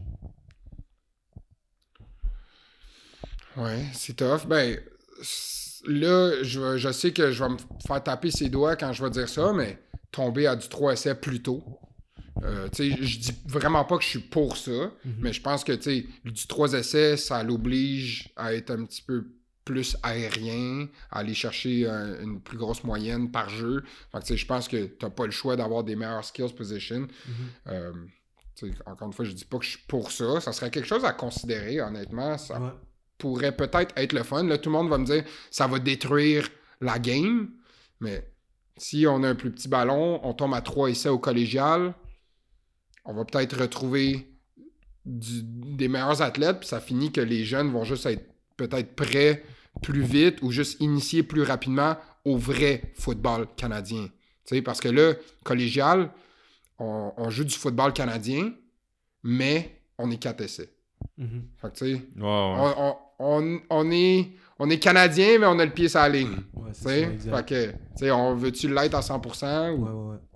Ouais, c'est tough. Ben, là, je, je sais que je vais me faire taper ses doigts quand je vais dire ça, mais tomber à du trois essais plus tôt. Euh, tu sais, je dis vraiment pas que je suis pour ça, mm-hmm. mais je pense que, tu sais, du trois essais, ça l'oblige à être un petit peu plus aérien, à aller chercher un, une plus grosse moyenne par jeu. Fait que, tu sais, je pense que t'as pas le choix d'avoir des meilleurs skills position. Mm-hmm. Euh, tu sais, encore une fois, je dis pas que je suis pour ça. Ça serait quelque chose à considérer, honnêtement. Ça ouais. pourrait peut-être être le fun. Là, tout le monde va me dire, ça va détruire la game, mais si on a un plus petit ballon, on tombe à trois essais au collégial, on va peut-être retrouver du, des meilleurs athlètes, puis ça finit que les jeunes vont juste être peut-être prêts plus vite ou juste initier plus rapidement au vrai football canadien. T'sais, parce que là, collégial, on, on joue du football canadien, mais on est quatre essais. Mm-hmm. Fait que tu sais, wow, ouais. on, on, on, on, est, on est canadien, mais on a le pied sur la ligne. Ouais, c'est ça, fait que, tu sais, on veut-tu l'être à cent pour cent? Ou... Ouais, ouais, ouais.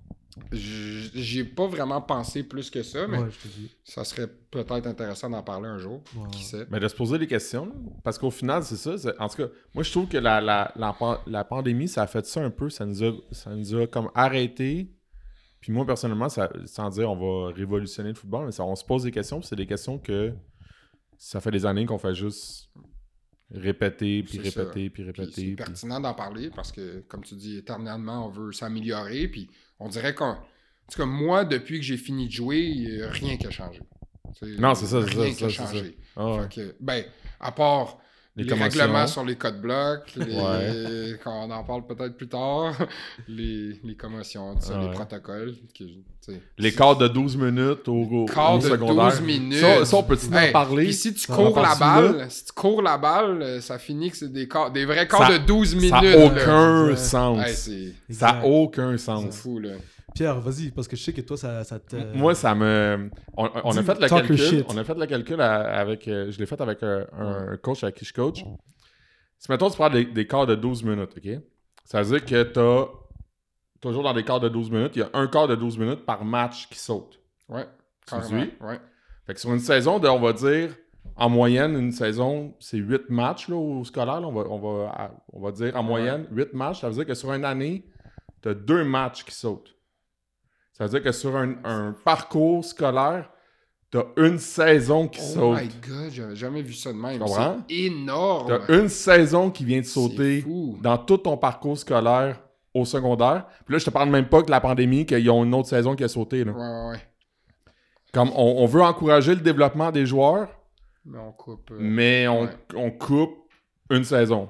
J'ai pas vraiment pensé plus que ça, mais ouais, je te dis. Ça serait peut-être intéressant d'en parler un jour. Ouais. Qui sait? Mais de se poser des questions, là, parce qu'au final, c'est ça. C'est, en tout cas, moi, je trouve que la, la, la, la pandémie, ça a fait ça un peu. Ça nous a, ça nous a comme arrêté. Puis moi, personnellement, ça, sans dire on va révolutionner le football, mais ça, on se pose des questions. Puis c'est des questions que ça fait des années qu'on fait juste répéter, puis c'est répéter, ça. puis répéter. Puis c'est puis... pertinent d'en parler parce que, comme tu dis, éternellement, on veut s'améliorer. Puis on dirait qu'on... En tout cas, moi, depuis que j'ai fini de jouer, il n'y a rien qui a changé. T'sais, non, c'est ça, c'est rien ça. qui a ça, changé. Ça. Oh, ouais. que, ben, à part les, les règlements sur les codes blocs, les, ouais. quand on en parle peut-être plus tard, les, les commotions, ça, ouais. les protocoles. Que, les quarts de douze minutes au, au, quarts au de secondaire. douze minutes. Ça, ça on peut-tu hey, en parler? Puis si tu ça cours la balle, là? si tu cours la balle, ça finit que c'est des, quarts, des vrais quarts ça, de douze minutes. Ça n'a aucun là. sens. Hey, c'est... Ça n'a aucun sens. C'est fou, là. Pierre, vas-y, parce que je sais que toi, ça, ça te... Moi, ça me... On, on a fait le calcul. On a fait le calcul avec... Je l'ai fait avec un, un coach avec qui je coach. Si, mettons, tu prends des, des quarts de douze minutes, OK? Ça veut dire que tu as... Toujours dans des quarts de douze minutes, il y a un quart de douze minutes par match qui saute. Ouais. Tu me suis? Ouais. Fait que sur une saison de, on va dire, en moyenne, une saison, c'est huit matchs là, au scolaire. Là, on, va, on, va, on va dire en moyenne, ouais. huit matchs. Ça veut dire que sur une année, tu as deux matchs qui sautent. Ça veut dire que sur un, un parcours scolaire, t'as une saison qui oh saute. Oh my God, j'avais jamais vu ça de même. C'est énorme. T'as une saison qui vient de sauter dans tout ton parcours scolaire au secondaire. Puis là, je te parle même pas de la pandémie, qu'ils ont une autre saison qui a sauté. Là. Ouais, ouais, ouais. Comme on, on veut encourager le développement des joueurs, mais on coupe, euh, mais on, ouais. on coupe une saison.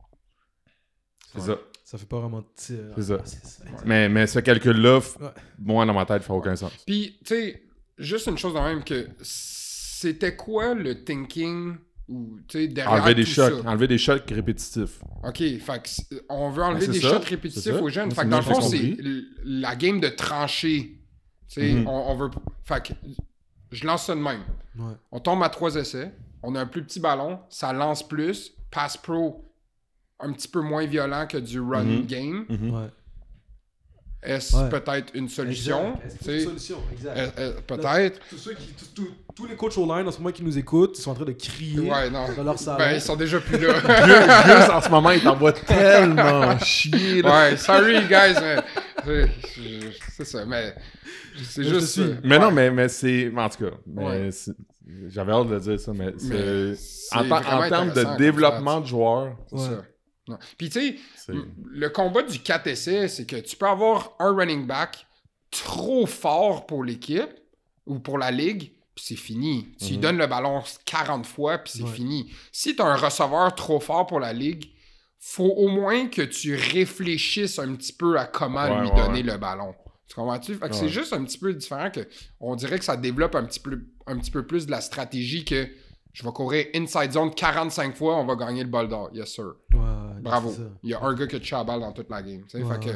C'est ouais. ça. Ça fait pas vraiment de tir. C'est ça. C'est ça. Mais, mais ce calcul-là, ouais. moi, dans ma tête, il fait aucun ouais. sens. Puis, tu sais, juste une chose de même, que c'était quoi le thinking ou, tu sais, derrière enlever tout des chocs, ça? Enlever des chocs répétitifs. OK, fait que on veut enlever ben, des ça. chocs répétitifs aux jeunes. Fait que dans le fond, c'est la game de trancher. Tu sais, mm-hmm. on, on veut... Fait que je lance ça de même. Ouais. On tombe à trois essais, on a un plus petit ballon, ça lance plus, pass pro un petit peu moins violent que du run mm-hmm. game. Mm-hmm. Ouais. Est-ce ouais. peut-être une solution? Exact. Est-ce que c'est une solution? Exact. Est, est, peut-être. Tous, ceux qui, tous, tous, tous les coachs online en ce moment qui nous écoutent, ils sont en train de crier ouais, non. dans leur salon. Ben, ils sont déjà plus là. Gus, en ce moment, il t'envoie tellement chier. Là. Ouais, sorry, guys. Mais, c'est ça, mais c'est mais juste... Mais ouais. non, mais, mais c'est... En tout cas, mais ouais. j'avais hâte de dire ça, mais, mais c'est... En, en termes de développement de joueurs... C'est ouais. ça. Non. Puis tu sais, le combat du quatre essais, c'est que tu peux avoir un running back trop fort pour l'équipe ou pour la ligue, puis c'est fini. Tu mm-hmm. lui donnes le ballon quarante fois, puis c'est ouais. fini. Si tu as un receveur trop fort pour la ligue, faut au moins que tu réfléchisses un petit peu à comment ouais, lui ouais, donner ouais. le ballon. Tu comprends-tu? Fait que ouais. c'est juste un petit peu différent que on dirait que ça développe un petit peu, un petit peu plus de la stratégie que je vais courir inside zone quarante-cinq fois, on va gagner le ball d'or. Yes, sir. Ouais, bravo. Il y a un gars qui a touché la balle dans toute la game. Ouais, fait que...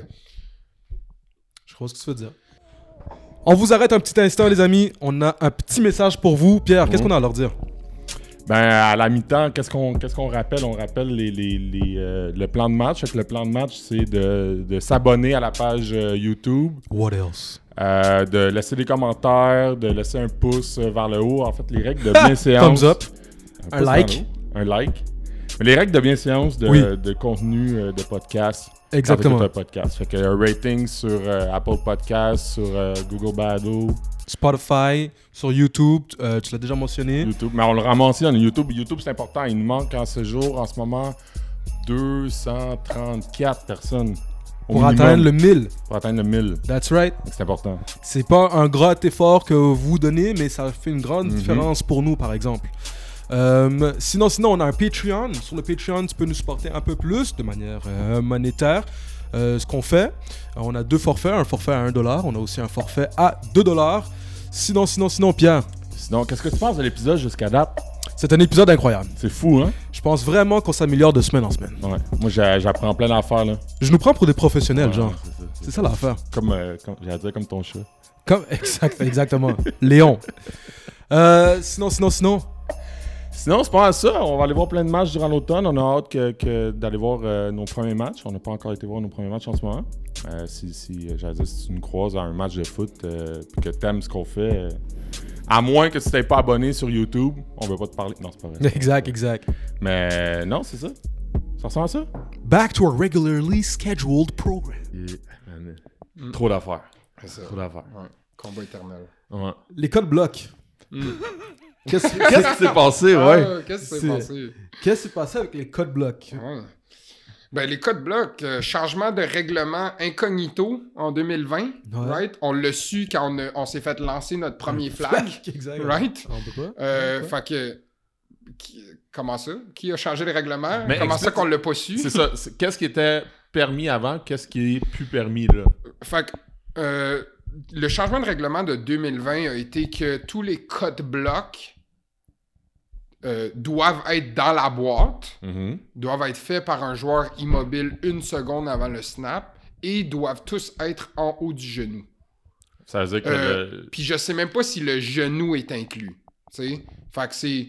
Je crois ce que tu veux dire. On vous arrête un petit instant, les amis. On a un petit message pour vous. Pierre, mmh. qu'est-ce qu'on a à leur dire? Ben, à la mi-temps, qu'est-ce qu'on, qu'est-ce qu'on rappelle? On rappelle les, les, les, euh, le plan de match. Le plan de match, c'est de, de s'abonner à la page euh, YouTube. What else? Euh, de laisser des commentaires, de laisser un pouce vers le haut. En fait, les règles de bienséance. Thumbs up. Un, un like. Un like. Les règles de bienséance de, Oui. de contenu euh, de podcast. Exactement. Quand t'écoutes un podcast. Fait que un rating sur euh, Apple Podcasts, sur euh, Google Bado, Spotify, sur YouTube, euh, tu l'as déjà mentionné. YouTube. Mais on le ramasse dans YouTube. YouTube, c'est important. Il nous manque en ce jour, en ce moment, deux cent trente-quatre personnes. Au Pour minimum, atteindre le mille. Pour atteindre le mille. That's right. Donc, c'est important. C'est pas un gros effort que vous donnez, mais ça fait une grande Mhm. différence pour nous, par exemple. Euh, sinon, sinon, on a un Patreon. Sur le Patreon, tu peux nous supporter un peu plus de manière euh, monétaire. Euh, ce qu'on fait, euh, on a deux forfaits. Un forfait à un dollar. On a aussi un forfait à deux dollars. Sinon, sinon, sinon, Pierre, Sinon, qu'est-ce que tu penses de l'épisode jusqu'à date? c'est un épisode incroyable. C'est fou, hein? Je pense vraiment qu'on s'améliore de semaine en semaine. Ouais. Moi, j'a- j'apprends plein d'affaires, là. Je nous prends pour des professionnels, Ouais, genre. c'est ça, C'est ça l'affaire. Comme, euh, comme j'allais dire, comme ton chat. Comme... Exact, exactement. Léon. Euh, sinon, sinon, sinon. Sinon, c'est pas mal ça. On va aller voir plein de matchs durant l'automne. On a hâte que, que d'aller voir euh, nos premiers matchs. On n'a pas encore été voir nos premiers matchs en ce moment. Euh, si, si, euh, j'allais dire, si tu nous croises à un match de foot euh, et que t'aimes ce qu'on fait, euh, à moins que tu t'aies pas abonné sur YouTube, on veut pas te parler. Non, c'est pas vrai. Exact, exact. Mais euh, non, c'est ça. Ça ressemble à ça. Back to our regularly scheduled program. Et, man, mm. Trop d'affaires. C'est ça. Trop d'affaires. Ouais. Combat éternel. Ouais. Les codes blocs. Qu'est-ce qu'est-ce qui s'est passé, ouais? Ah, qu'est-ce qui s'est C'est- passé? Qu'est-ce qui s'est passé avec les codes blocs? Ouais. Ben, les codes blocs, euh, changement de règlement incognito en deux mille vingt, Ouais. right? On l'a su quand on, a- on s'est fait lancer notre premier flag, Exact. right? On peut pas. Euh, Ouais, ouais. fait que... qui- comment ça? Qui a changé les règlements? Mais Comment ça explique- qu'on l'a pas su? C'est ça. C'est- Qu'est-ce qui était permis avant? Qu'est-ce qui est plus permis, là? Fait que, euh, le changement de règlement de deux mille vingt a été que tous les codes blocs euh, doivent être dans la boîte, Mm-hmm. doivent être faits par un joueur immobile une seconde avant le snap et doivent tous être en haut du genou. Ça veut dire que Euh, le... Puis je sais même pas si le genou est inclus. Tu sais? Fait que c'est...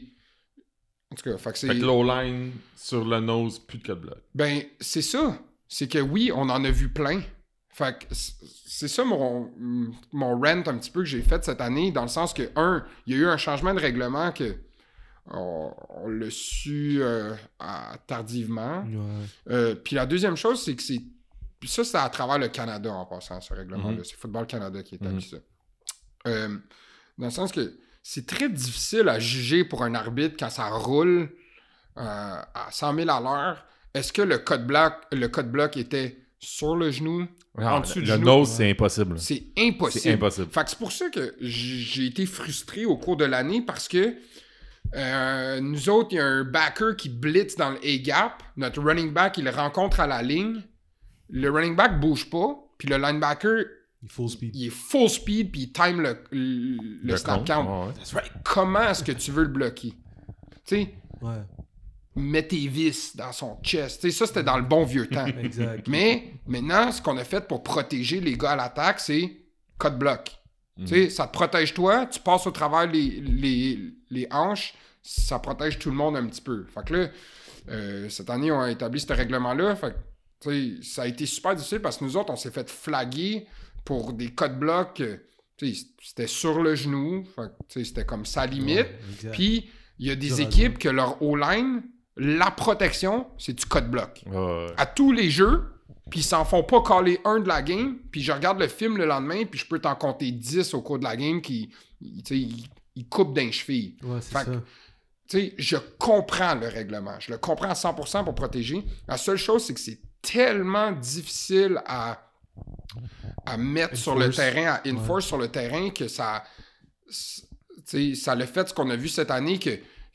En tout cas, fait que c'est... Fait que low line sur le nose, plus de code bloc. Ben, c'est ça. C'est que oui, on en a vu plein. Fait que c- c'est ça mon, mon rant un petit peu que j'ai fait cette année, dans le sens que, un, il y a eu un changement de règlement que on, on l'a su euh, à- tardivement. Ouais. Euh, puis la deuxième chose, c'est que c'est... Puis ça, c'est à travers le Canada en passant, ce règlement-là. Mhm. C'est Football Canada qui établit Mhm. ça. Euh, dans le sens que c'est très difficile à juger pour un arbitre quand ça roule euh, à cent mille à l'heure. Est-ce que le code bloc, le code bloc était sur le genou, en dessous le du le genou? nose, c'est impossible. C'est impossible. C'est impossible. Fait que c'est pour ça que j- j'ai été frustré au cours de l'année parce que euh, nous autres, il y a un backer qui blitz dans le A-gap. Notre running back, il le rencontre à la ligne. Le running back bouge pas. Puis le linebacker, Il full speed. il est full speed puis il time le, le, le snap compte, count. ouais, ouais. That's right. Comment est-ce que tu veux le bloquer? Tu sais, Ouais. met tes vis dans son chest. Tu sais, ça, c'était dans le bon vieux temps. Exact. Mais maintenant, ce qu'on a fait pour protéger les gars à l'attaque, c'est code bloc. Mhm. Tu sais, ça te protège toi, tu passes au travers les, les, les hanches, ça protège tout le monde un petit peu. Fait que là, euh, cette année, on a établi ce règlement-là. Fait que, tu sais, ça a été super difficile parce que nous autres, on s'est fait flaguer pour des codes blocs. euh, tu sais, c'était sur le genou. Fait que, tu sais, c'était comme sa limite. Ouais, exact. Puis, il y a des Dur à équipes que leur O-line, la protection, c'est du code bloc. Ouais, ouais. À tous les jeux, puis ils s'en font pas caller un de la game, puis je regarde le film le lendemain, puis je peux t'en compter dix au cours de la game qui, tu sais, ils, ils coupent d'un cheville. Ouais, c'est Fait que, ça. tu sais, je comprends le règlement. Je le comprends à cent pour cent pour protéger. La seule chose, c'est que c'est tellement difficile à, à mettre sur le Enforce. terrain, à enforce sur le terrain, que ça... tu sais, ça le fait ce qu'on a vu cette année, que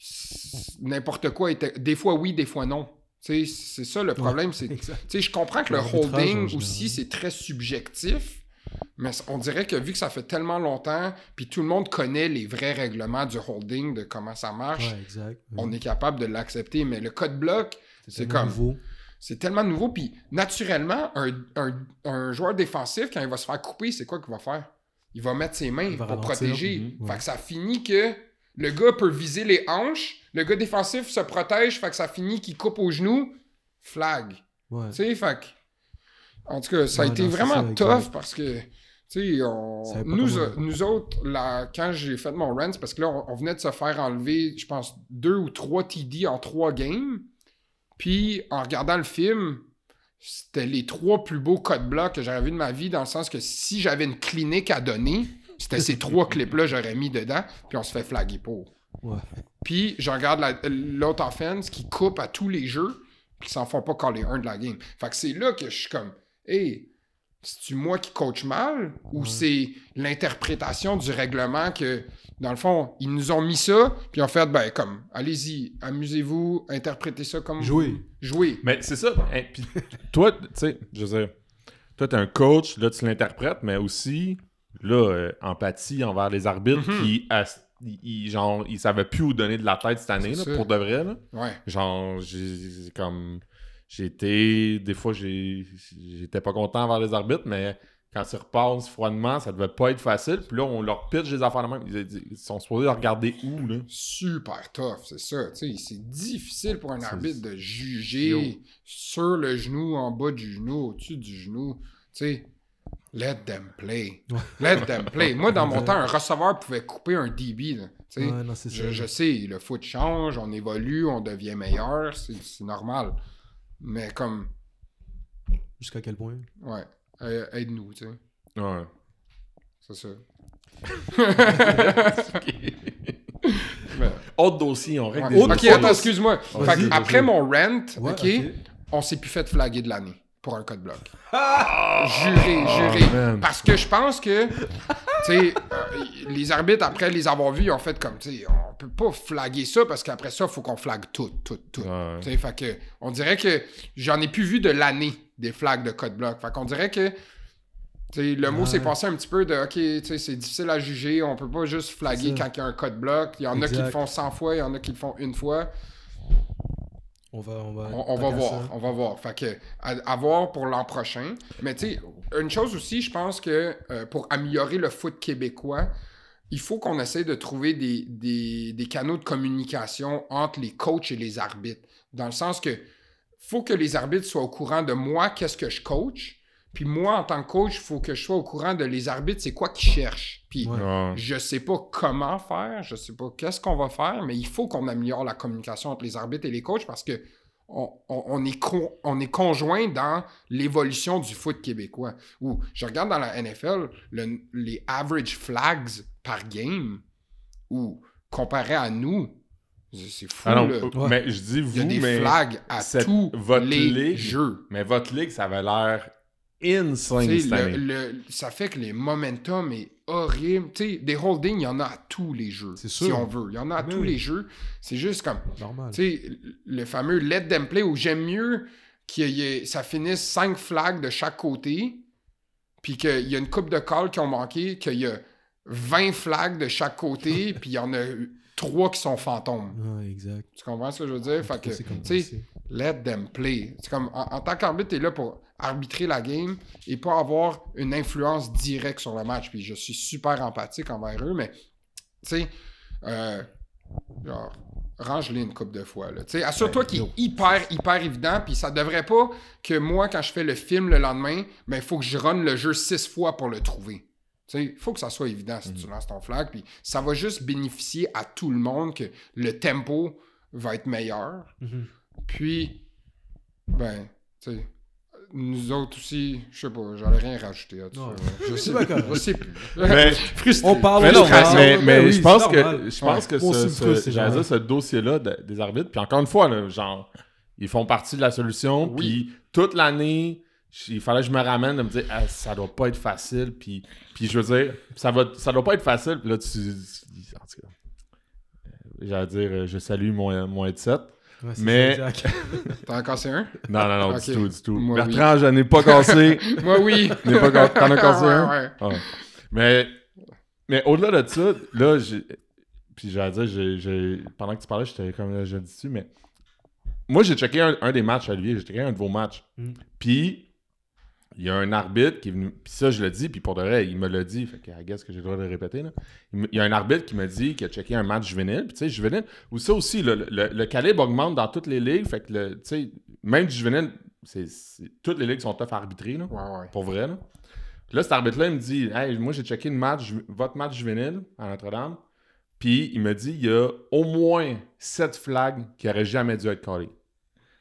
s- n'importe quoi était... Des fois oui, des fois non. Tu sais, c'est ça le problème. c'est Exact. tu sais, je comprends que le L'arbitrage, en holding général. aussi, c'est très subjectif, mais on dirait que vu que ça fait tellement longtemps, puis tout le monde connaît les vrais règlements du holding, de comment ça marche, Ouais, exact. on est capable de l'accepter. Mais le code bloc, c'est tellement comme... nouveau. C'est tellement nouveau. Puis naturellement, un, un- un joueur défensif, quand il va se faire couper, c'est quoi qu'il va faire? Il va mettre ses mains Il va pour ralentir. protéger. Mhm, ouais. Fait que ça finit que le gars peut viser les hanches, le gars défensif se protège, fait que ça finit qu'il coupe au genou, flag. Ouais. Tu sais, fait que... En tout cas, ça a Ouais, été non, c'est vraiment ça, tough exact. parce que, tu sais, on... Ça savait pas nous, comment- euh, nous autres, là, quand j'ai fait mon run, c'est parce que là, on, on venait de se faire enlever, je pense, deux ou trois T D en trois games. Puis, en regardant le film, c'était les trois plus beaux codes blocs que j'avais vus de ma vie, dans le sens que si j'avais une clinique à donner, c'était ces trois clips-là j'aurais mis dedans, puis on se fait flaguer pour. Ouais. Puis, je regarde la, l'autre offense qui coupe à tous les jeux, puis qui s'en font pas caller un de la game. Fait que c'est là que je suis comme, hey, c'est-tu moi qui coach mal, ou ouais. c'est l'interprétation du règlement que, dans le fond, ils nous ont mis ça, puis ils ont fait, ben, comme, allez-y, amusez-vous, interprétez ça comme... Jouez. Jouez. Mais c'est ça. Hein, pis toi, tu sais, je veux dire, toi, t'es un coach, là, tu l'interprètes, mais aussi, là, euh, empathie envers les arbitres Mm-hmm. qui, as, ils, genre, ils savaient plus où donner de la tête cette année, là, pour de vrai, là. Ouais. Genre, j'ai comme... J'ai été... Des fois, j'ai j'étais pas content envers les arbitres, mais quand ils repassent froidement, ça devait pas être facile. Puis là, on leur pitch des affaires de même. Ils, ils sont supposés regarder où, là? Super tough, c'est ça. Tu sais, c'est difficile pour un C'est- arbitre de juger Yo. sur le genou, en bas du genou, au-dessus du genou. Tu sais, let them play. Let them play. Moi, dans mon temps, un receveur pouvait couper un D B. Là, tu sais. Ouais, non, c'est ça. je, je sais, le foot change, on évolue, on devient meilleur, c'est c'est normal. Mais comme, Jusqu'à quel point? ouais, euh, aide-nous, tu sais. Ouais. C'est ça. Mais- Autre dossier, on règle Ouais. des Ok, dossiers. attends, excuse-moi. Vas-y, Fait que vas-y. après mon rent, Ouais, ok, ok. on s'est plus fait flaguer de l'année pour un code bloc. Juré, juré. man. Parce que je pense que, tu sais, euh, les arbitres, après les avoir vus, ils ont fait comme, tu sais, on peut pas flaguer ça parce qu'après ça, il faut qu'on flague tout, tout, tout. Ouais. Tu sais, fait que, on dirait que j'en ai plus vu de l'année des flags de code bloc. Fait qu'on dirait que, tu sais, le mot Ouais. s'est passé un petit peu de, ok, tu sais, c'est difficile à juger, on peut pas juste flaguer C'est ça. quand il y a un code bloc. Il y en a qui le Exact. font cent fois, il y en a qui le font une fois. On va, on va, On, on va attaquer voir, ça. on va voir. Fait que, à, à voir pour l'an prochain. Mais tu sais, une chose aussi, je pense que euh, pour améliorer le foot québécois, il faut qu'on essaie de trouver des, des, des canaux de communication entre les coachs et les arbitres. Dans le sens que faut que les arbitres soient au courant de moi, qu'est-ce que je coach. Puis moi, en tant que coach, il faut que je sois au courant de les arbitres, c'est quoi qu'ils cherchent. Puis Ouais. Ouais. je sais pas comment faire, je sais pas qu'est-ce qu'on va faire, mais il faut qu'on améliore la communication entre les arbitres et les coachs parce que on, on- on est, con- on est conjoint dans l'évolution du foot québécois. Où je regarde dans la N F L le- les average flags par game, ou comparé à nous, c'est fou. Ah non, là. Ouais. mais je dis Il y a vous, des mais flags à cette- tous votre les ligue- jeux. mais votre ligue, ça avait l'air insane Tu sais, cette le- année. le- ça fait que les momentum est horrible. Tu sais, des holdings, il y en a à tous les jeux. C'est Si sûr. on veut. Il y en a à Mais tous oui. les jeux. C'est juste comme, Normal. tu sais, le fameux let them play où j'aime mieux que ça finisse cinq flags de chaque côté, puis qu'il y a une coupe de calls qui ont manqué, qu'il y a vingt flags de chaque côté, puis il y en a trois qui sont fantômes. Ouais, exact. Tu comprends ce que je veux dire? Fait que, C'est comme tu sais, ça. let them play. C'est comme, en, en tant qu'arbitre, t'es là pour arbitrer la game et pas avoir une influence directe sur le match. Puis je suis super empathique envers eux, mais, tu sais, euh, genre, range-les une couple de fois. Là. Tu sais, assure-toi Ben, qu'il yo. est hyper, hyper évident, puis ça devrait pas que moi, quand je fais le film le lendemain, ben, il faut que je run le jeu six fois pour le trouver. Tu sais, il faut que ça soit évident si tu lances ton flag, puis ça va juste bénéficier à tout le monde que le tempo va être meilleur. Mhm. Puis, ben, tu sais, nous autres aussi, je sais pas, j'aurais rien rajouté là-dessus. Ouais. là. Je sais, C'est pas grave. je sais plus. Mais- Frustré. On parle Mais de non, mais, frustration. mais, mais Ben oui, je pense c'est que normal. je pense Ouais. que On ce, s'y ce- frustre, c'est j'allais genre. dire, ce dossier-là de- des arbitres, puis encore une fois, là, genre, ils font partie de la solution, Oui. puis toute l'année, il fallait que je me ramène de me dire, ah, ça doit pas être facile, puis, puis je veux dire, ça va, ça doit pas être facile, puis là, tu, tu- en tout cas, euh, j'allais dire, euh, je salue mon, mon headset. Ouais, c'est Mais- ça, exact. T'en as cassé un? Non, non, non, Ok. du tout, du tout. Moi, Bertrand, je n'ai pas cassé. Moi, oui. N'ai pas ca- T'en as cassé Ouais, un? ouais. Ah. Mais, mais au-delà de ça, là, j'ai. Puis j'allais dire, j'ai, j'ai- pendant que tu parlais, j'étais comme je le dis dessus, mais. Moi, j'ai checké un, un des matchs, Olivier, j'ai checké un de vos matchs. Mm. Puis, il y a un arbitre qui est venu. Puis ça, je le dis, puis pour de vrai, il me l'a dit. Fait que, I guess que j'ai le droit de le répéter, là. Il, me- il y a un arbitre qui m'a dit qu'il a checké un match juvénile. Puis, tu sais, juvénile. Ou ça aussi, le, le, le calibre augmente dans toutes les ligues. Fait que, le, tu sais, même du juvénile, c'est, c'est- toutes les ligues sont tough à arbitrer, là. Ouais, ouais. Pour vrai, là. Puis là, cet arbitre-là, il me dit, hey, moi, j'ai checké le match, ju- votre match juvénile à Notre-Dame. Puis il me dit, il y a au moins sept flags qui n'auraient jamais dû être callés.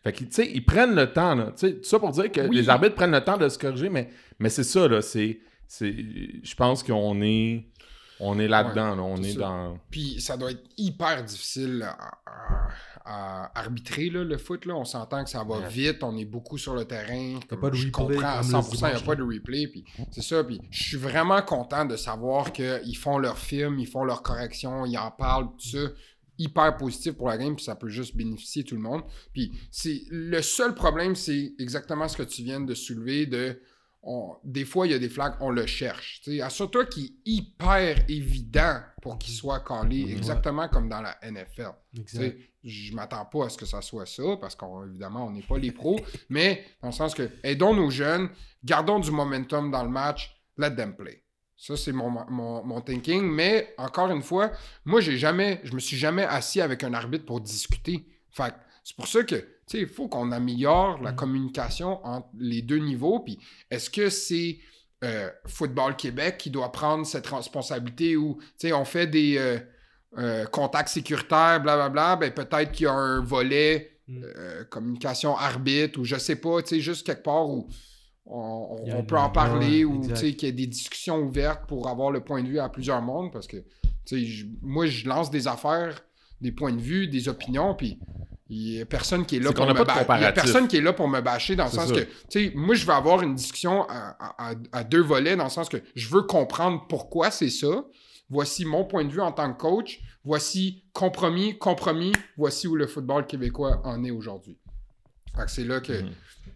Fait que, tu sais, ils prennent le temps, là. Tu sais, tout ça pour dire que Oui. les arbitres prennent le temps de se corriger, mais, mais c'est ça, là. C'est, c'est, je pense qu'on est, on est là-dedans, Ouais, là. On c'est est ça. dans... Puis ça doit être hyper difficile à, à- à arbitrer, là, le foot. Là. On s'entend que ça va Ouais. vite, on est beaucoup sur le terrain. Comme pas de je replay comprends à comme cent le pour cent, il n'y a dimanche, pas de replay. Puis c'est ça. Puis je suis vraiment content de savoir qu'ils font leur film, ils font leurs corrections, ils en parlent, tout ça. Hyper positif pour la game, puis ça peut juste bénéficier tout le monde. Puis c'est le seul problème, c'est exactement ce que tu viens de soulever, de on- des fois, il y a des flags, on le cherche. T'sais, assure-toi qu'il est hyper évident pour qu'il soit calé, exactement comme dans la N F L. Exact. T'sais, je m'attends pas à ce que ça soit ça, parce qu'évidemment, on n'est pas les pros, mais dans le sens que aidons nos jeunes, gardons du momentum dans le match, let them play. Ça, c'est mon, mon, mon thinking. Mais, encore une fois, moi, j'ai jamais, je me suis jamais assis avec un arbitre pour discuter. Fait que c'est pour ça que, tu sais, il faut qu'on améliore la communication entre les deux niveaux. Puis, est-ce que c'est euh, Football Québec qui doit prendre cette responsabilité où, tu sais, on fait des euh, euh, contacts sécuritaires, blablabla, ben peut-être qu'il y a un volet euh, communication arbitre ou je sais pas, tu sais, juste quelque part où on, on, on peut en parler ou tu sais, qu'il y ait des discussions ouvertes pour avoir le point de vue à plusieurs mondes parce que, tu sais, moi, je lance des affaires, des points de vue, des opinions, puis il n'y a personne qui est là C'est pour qu'on a me pas de bâcher. Il y a comparatif. personne qui est là pour me bâcher dans le C'est sens ça. que, tu sais, moi, je vais avoir une discussion à, à- à- à deux volets dans le sens que je veux comprendre pourquoi c'est ça. Voici mon point de vue en tant que coach. Voici compromis, compromis. Voici où le football québécois en est aujourd'hui. Fait que c'est là que Mhm.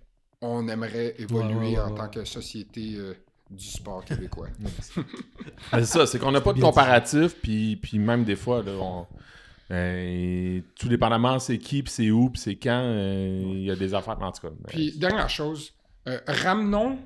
on aimerait évoluer Ouais, ouais, ouais, en ouais. tant que société euh, du sport québécois. Mais c'est ça, c'est qu'on n'a pas de Bien dit. comparatif, puis, puis même des fois, là, on, euh, tout dépendamment c'est qui, puis c'est où, puis c'est quand, euh, il y a des affaires, mais en tout cas. ben, Puis, dernière chose, euh, ramenons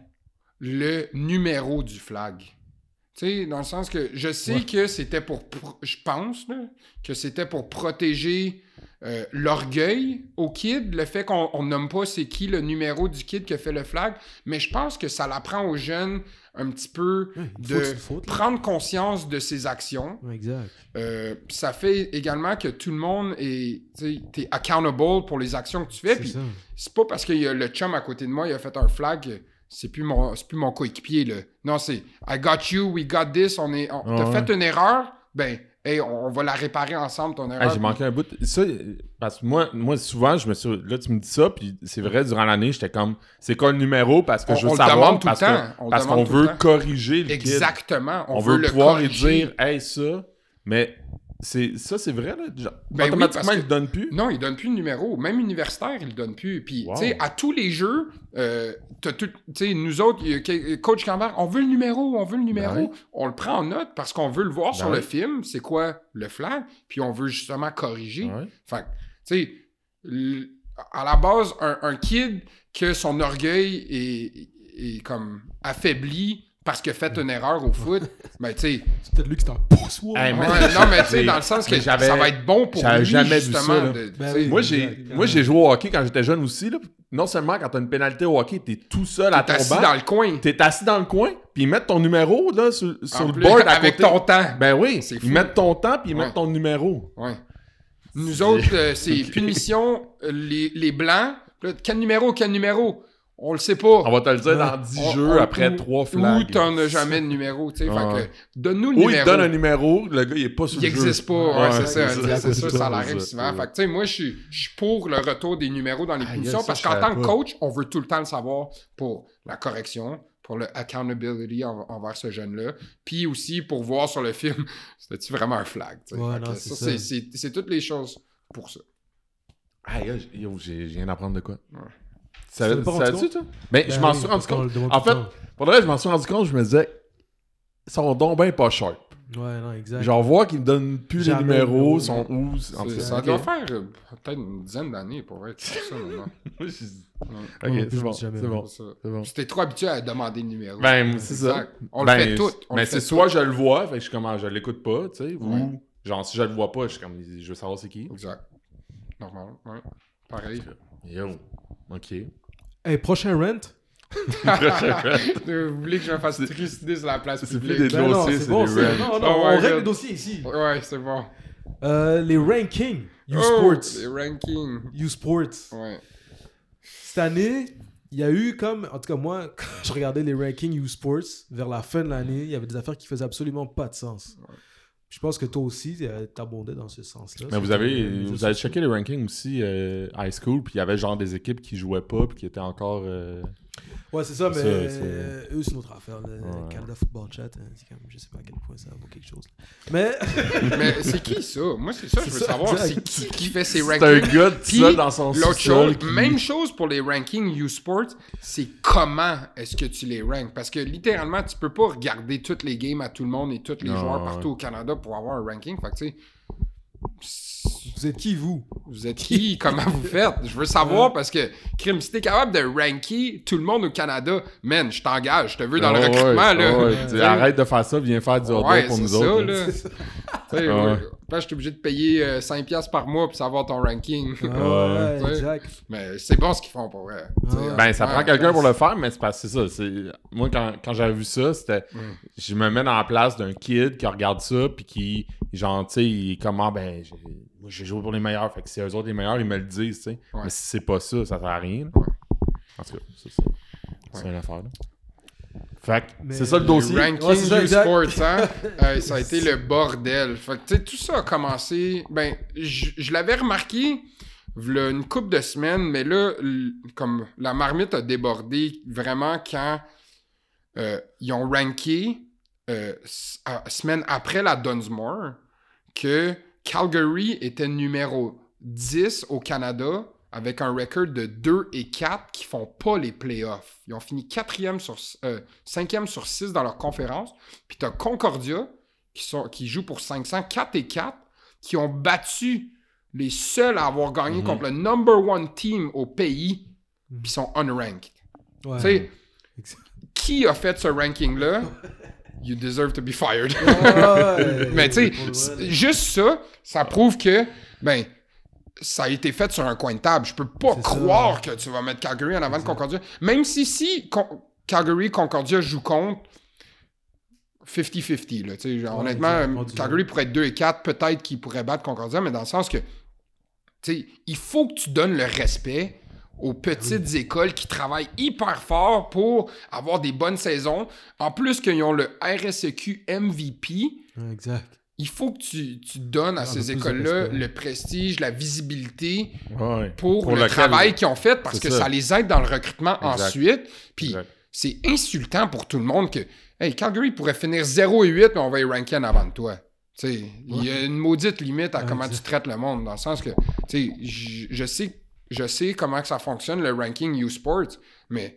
le numéro du flag. Tu sais, dans le sens que je sais Ouais. que c'était pour, pro- je pense, là, que c'était pour protéger euh, l'orgueil au kid, le fait qu'on on nomme pas c'est qui le numéro du kid qui a fait le flag, mais je pense que ça l'apprend aux jeunes un petit peu Ouais, une de faute, c'est une faute, là. prendre conscience de ses actions. Ouais, exact. Euh, puis ça fait également que tout le monde est, tu sais, t'es accountable pour les actions que tu fais. C'est Puis ça. c'est pas parce qu'il y a le chum à côté de moi, il a fait un flag, c'est plus mon, c'est plus mon coéquipier, là. Non, c'est I got you, we got this, on est, on, t'as Ouais. fait une erreur, ben, hey, on, on va la réparer ensemble, ton erreur. hey, j'ai manqué un bout. Ça, parce que moi, moi, souvent, je me suis. Là, tu me dis ça, puis c'est vrai, durant l'année, j'étais comme. C'est quoi le numéro? Parce que On- je veux on le savoir. demande tout le parce temps. que- On le parce demande qu'on tout le veut temps. corriger le kid. Exactement. On, On, veut, veut le pouvoir lui corriger. dire, hey, ça. Mais c'est, ça, c'est vrai, là. Genre, Ben oui, automatiquement, parce il que- le donne plus. Non, il donne plus le numéro. Même universitaire, il le donne plus. Puis, Wow. tu sais, à tous les jeux, euh, t'as tout- tu sais, nous autres, il y a que- Coach Cambert, on veut le numéro, on veut le numéro. Ben oui. On le prend en note parce qu'on veut le voir Ben sur oui. le film. C'est quoi le flag? Puis on veut justement corriger. Ouais. Fait que, tu sais, l- à la base, un, un kid que son orgueil est, est comme affaibli parce qu'il a fait une erreur au foot, ben, tu sais, C'est peut-être lui qui t'en pousse, ouais. Hey, ouais, mais- non, mais tu sais, Mais- dans le sens que mais j'avais- ça va être bon pour j'avais lui, jamais vu justement. ça, là. de- Ben tu sais, oui. Moi, j'ai, Exact. moi, j'ai joué au hockey quand j'étais jeune aussi. Là. Non seulement quand t'as une pénalité au hockey, t'es tout seul à T'es ton assis banc. dans le coin. T'es assis dans le coin, puis ils mettent ton numéro là, sur, sur En le plus, board à avec côté. ton temps. Ben oui, C'est ils fou. mettent ton temps, puis ils Ouais. mettent ton numéro. Ouais. Nous autres, euh, c'est punition, euh, les, les blancs. Là, quel numéro, quel numéro? On le sait pas. On va te le dire Ouais. dans dix On- jeux on- après ou- trois Ou flags. t'en as jamais de numéro, tu sais. Ouais. Fait que, donne-nous le Ou numéro. il te donne un numéro, le gars, il est pas sur Il le jeu. n'existe pas, ouais, Ouais, c'est ça, c'est c'est ça, c'est c'est ça, ça, ça c'est l'arrive ça, souvent. c'est Fait que, tu sais, moi, je suis je suis pour le retour des numéros dans les Ah, punitions yes, parce ça, qu'en je tant savais que pas. coach, on veut tout le temps le savoir pour la correction, pour le accountability en- envers ce jeune-là, puis aussi pour voir sur le film, c'était-tu vraiment un flag, tu sais. Ouais, Fait que non, ça, c'est c'est- ça. c'est c'est toutes les choses pour ça. Ah, yo, yo, j'ai, je viens d'apprendre de quoi. Ouais. Tu savais, Tu t'es pas tu rendu savais-tu, compte? toi? Ben, Ben je m'en oui, suis parce rendu qu'on compte. le demande En tout le fait, temps. pour le reste, je m'en suis rendu compte, je me disais, ils sont donc bien pas sharp. Ouais, non, exact. Genre, voir qu'ils me donnent plus Jamais les numéros, le numéro, sont où. en C'est- tout cas, Ça ok. doit faire euh, peut-être une dizaine d'années pour être comme ça maintenant. Moi, je- Ouais. Ok, Moi non plus, c'est je bon, me suis jamais c'est bon, C'est ça. c'est bon. J'étais trop habitué à demander le numéro. Ben, c'est ça. Exact. On Ben, le fait tout. on Mais le c'est fait soit tout. je le vois, fait que je suis comme, ah, je l'écoute pas, tu sais, Ouais. ou genre, si je le vois pas, je suis comme, je veux savoir c'est qui. Exact. Normal, ouais. Pareil. Yo, ok. Hey, prochain rent. Vous voulez que je me fasse trucider sur la place C'est plus publique? des Ben non, dossiers, c'est c'est bon, des c'est- rents. Non, non, Oh, on ouais, règle good. les dossiers ici. Ouais, c'est bon. Euh, les rankings. Oh, U-Sports. les rankings. U-Sports. Ouais. cette année, il y a eu comme... En tout cas, moi, quand je regardais les rankings U-Sports, vers la fin de l'année, il y avait des affaires qui faisaient absolument pas de sens. Ouais. Je pense que toi aussi, t'abondais dans ce sens-là. Mais vous avez, vous avez checké les rankings aussi euh, high school, puis il y avait genre des équipes qui jouaient pas, puis qui étaient encore... Euh... Ouais, c'est ça, mais ça, euh, eux, c'est notre affaire. Le ouais. Canada Football Chat, hein, c'est comme, je sais pas à quel point ça vaut quelque chose. Mais, mais c'est qui ça? Moi, c'est ça, c'est je veux ça, savoir. C'est qui qui fait ces rankings? C'est un gars de ça dans son l'autre chose, qui... même chose pour les rankings U-Sports, c'est comment est-ce que tu les ranks? Parce que littéralement, tu peux pas regarder toutes les games à tout le monde et tous les non, joueurs partout ouais. au Canada pour avoir un ranking. Fait que tu sais... Vous êtes qui, vous? Vous êtes qui? Comment vous faites? Je veux savoir parce que, crime, si t'es capable de ranker tout le monde au Canada, man, je t'engage, je te veux dans oh, le recrutement, ouais, là. Ouais, ouais. Arrête de faire ça, viens faire du hors ouais, pour nous ça, autres. Là. C'est ça, là. Ouais. Je suis obligé de payer euh, cinq dollars par mois pour savoir ton ranking. Ah, ouais, exact. Mais c'est bon ce qu'ils font pour vrai. Ah, ben, ça ouais, prend quelqu'un pour le faire, mais c'est parce que c'est ça. C'est... Moi, quand, quand j'avais vu ça, c'était. Mm. Je me mets dans la place d'un kid qui regarde ça, puis qui, genre, tu sais, il est comment, ben, j'ai... moi, j'ai joué pour les meilleurs. Fait que si eux autres les meilleurs, ils me le disent, tu sais. Ouais. Mais si c'est pas ça, ça sert à rien. Ouais. En tout cas, c'est ça. C'est ouais. une affaire, là. Fait que mais c'est ça le dossier. Le ranking ouais, U-Sports, hein, euh, ça a été le bordel. Fait que, tu sais, tout ça a commencé... Ben, je l'avais remarqué v'là une couple de semaines, mais là, comme la marmite a débordé vraiment quand euh, ils ont ranké euh, semaine après la Dunsmore que Calgary était numéro dix au Canada avec un record de deux et quatre qui font pas les playoffs. Ils ont fini quatrième sur, euh, cinquième sur six dans leur conférence. Puis t'as Concordia qui, sont, qui joue pour cinq cents, quatre et quatre, qui ont battu les seuls à avoir gagné mm-hmm. contre le number one team au pays, puis ils sont unranked. Ouais. Tu sais, qui a fait ce ranking-là? You deserve to be fired. Ouais, mais tu sais, juste ça, ça prouve que, ben, ça a été fait sur un coin de table. Je peux pas c'est croire ça. Que tu vas mettre Calgary en avant de Concordia. Même si, si Con- Calgary Concordia joue contre cinquante cinquante, là, ouais, honnêtement, Calgary pourrait être deux et quatre, peut-être qu'il pourrait battre Concordia, mais dans le sens que, tu sais, il faut que tu donnes le respect aux petites oui. écoles qui travaillent hyper fort pour avoir des bonnes saisons. En plus qu'ils ont le R S E Q M V P. Exact. Il faut que tu, tu donnes à ah, ces écoles-là le prestige, la visibilité ouais, pour, pour le travail qu'ils ont fait parce que ça. ça les aide dans le recrutement exact. Ensuite. Puis exact. C'est insultant pour tout le monde que hey, Calgary pourrait finir zéro et huit mais on va y ranker en avant de toi. Il y a une maudite limite à ouais, comment exact. Tu traites le monde dans le sens que je, je sais je sais comment que ça fonctionne le ranking U-Sports mais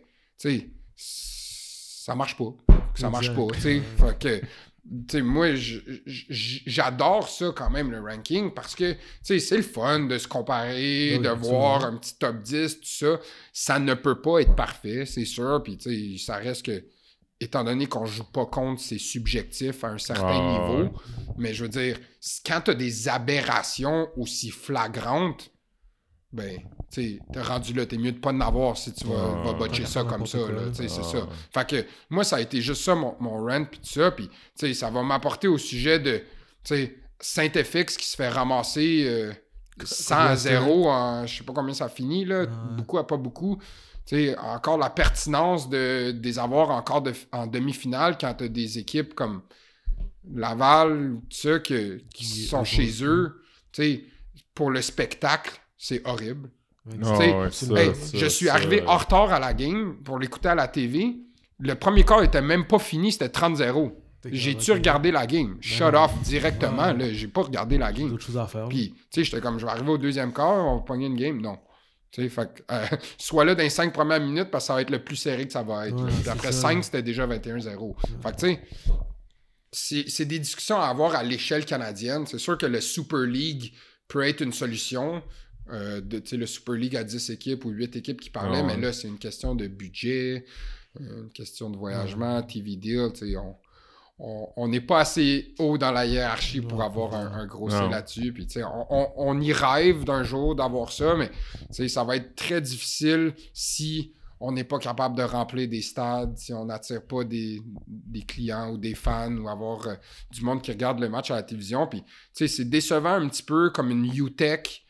ça marche pas. Ça marche pas. Fait que T'sais, moi, j'adore ça quand même, le ranking, parce que c'est le fun de se comparer, oui, de voir un petit top dix, tout ça. Ça ne peut pas être parfait, c'est sûr. Puis ça reste que, étant donné qu'on joue pas contre, c'est subjectif à un certain oh, niveau. Ouais. Mais je veux dire, quand tu as des aberrations aussi flagrantes, ben, tu sais, t'es rendu là, t'es mieux de pas en avoir si tu vas, oh, vas botcher ça comme ça, là, tu sais, c'est ça. Fait que, moi, ça a été juste ça, mon, mon rant, pis tout ça, pis, tu sais, ça va m'apporter au sujet de, tu sais, Saint-F X qui se fait ramasser euh, cent à zéro en, je sais pas combien ça finit, là, ouais. beaucoup à pas beaucoup. Tu sais, encore la pertinence de, des avoir encore de, en demi-finale quand t'as des équipes comme Laval, tout ça, que, qui sont chez eux, tu sais, pour le spectacle, c'est horrible. Oh, ouais, ça, hey, ça, je suis ça, arrivé ça. en retard à la game pour l'écouter à la T V. Le premier quart était même pas fini, c'était trente zéro. J'ai-tu regardé la game? Shut ouais. off directement. Ouais. Là, j'ai pas regardé la game. D'autres choses à faire. Puis, tu sais, j'étais comme, je vais arriver au deuxième quart, on va pogner une game. Non. Tu sais, fait que, euh, sois là dans les cinq premières minutes parce que ça va être le plus serré que ça va être. Ouais, puis après cinq, c'était déjà vingt et un zéro. Ouais. Fait que, tu sais, c'est, c'est des discussions à avoir à l'échelle canadienne. C'est sûr que le Super League peut être une solution. Euh, de, le Super League à dix équipes ou huit équipes qui parlaient, oh, mais là, c'est une question de budget, euh, une question de voyagement, T V deal. On n'est pas assez haut dans la hiérarchie pour avoir un, un gros C là-dessus. Puis, on, on, on y rêve d'un jour d'avoir ça, mais ça va être très difficile si on n'est pas capable de remplir des stades, si on n'attire pas des, des clients ou des fans ou avoir euh, du monde qui regarde le match à la télévision. Puis, c'est décevant un petit peu comme une U T E C.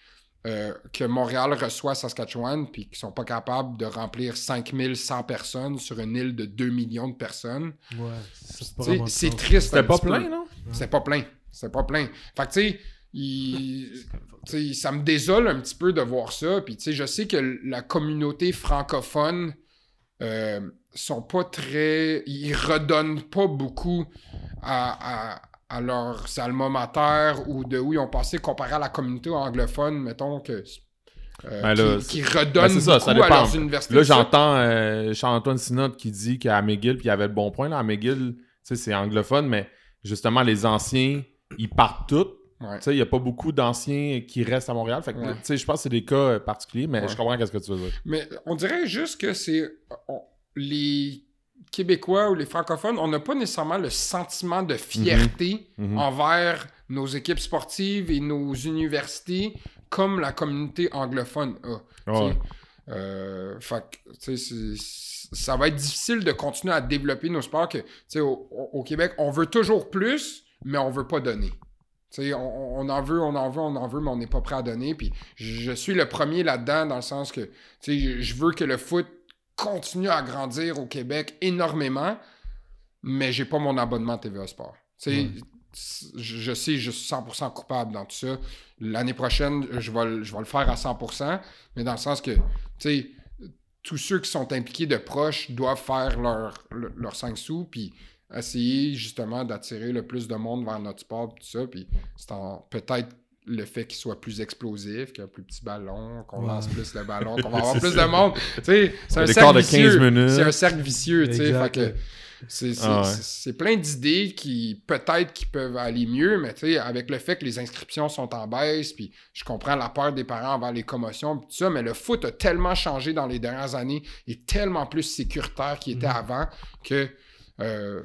euh, que Montréal reçoit Saskatchewan, puis qu'ils sont pas capables de remplir cinq mille cent personnes sur une île de deux millions de personnes. Ouais, c'est pas T'sais, vraiment c'est sens. triste. C'était un pas petit peu. plein, non? C'était pas plein. C'était pas plein. Fait que, tu sais, il... tu sais, ça me désole un petit peu de voir ça. Puis, tu sais, je sais que la communauté francophone euh, sont pas très... Ils redonnent pas beaucoup à, à, à leurs alma mater ou de où ils ont passé comparé à la communauté anglophone, mettons, que... Euh, Ben là, qui, qui redonnent ben ça, beaucoup ça à dépend. leurs universités. Là, Ça, j'entends euh, Charles-Antoine Sinot qui dit qu'à McGill, puis il y avait le bon point, là, à McGill, tu sais, c'est anglophone, mais justement, les anciens, ils partent tous. ouais. Tu sais, il n'y a pas beaucoup d'anciens qui restent à Montréal. Fait que, Ouais. tu sais, je pense que c'est des cas euh, particuliers, mais Ouais. je comprends ce que tu veux dire. Mais on dirait juste que c'est... on- les Québécois ou les francophones, on n'a pas nécessairement le sentiment de fierté Mhm. envers nos équipes sportives et nos universités comme la communauté anglophone a. Ouais. T'sais. Euh, fait que, tu sais, c'est- ça va être difficile de continuer à développer nos sports. Que, tu sais, au, au Québec, on veut toujours plus, mais on veut pas donner. Tu sais, on, on en veut, on en veut, on en veut, mais on n'est pas prêt à donner. Puis je suis le premier là-dedans, dans le sens que, tu sais, je, je veux que le foot continue à grandir au Québec énormément, mais j'ai pas mon abonnement T V A Sport. Tu sais, Ouais. je, je sais, je suis cent pour cent coupable dans tout ça. L'année prochaine, je vais, le- je vais le faire à cent pour cent, mais dans le sens que, tu sais, tous ceux qui sont impliqués de proche doivent faire leur, leur, leur cinq sous, puis essayer justement d'attirer le plus de monde vers notre sport, tout ça, puis c'est en peut-être le fait qu'il soit plus explosif, qu'il y a un plus petit ballon, qu'on Ouais. lance plus le ballon, qu'on va avoir C'est plus ça. de monde. Tu sais, c'est un Des cercle quarts de quinze vicieux. minutes. C'est un cercle vicieux, tu sais. Exact. Fait que c'est, c'est, Ah ouais. c'est, c'est plein d'idées qui, peut-être, qui peuvent aller mieux, mais tu sais, avec le fait que les inscriptions sont en baisse, puis je comprends la peur des parents envers les commotions, puis tout ça, mais le foot a tellement changé dans les dernières années, et tellement plus sécuritaire qu'il était Mhm. avant, que euh,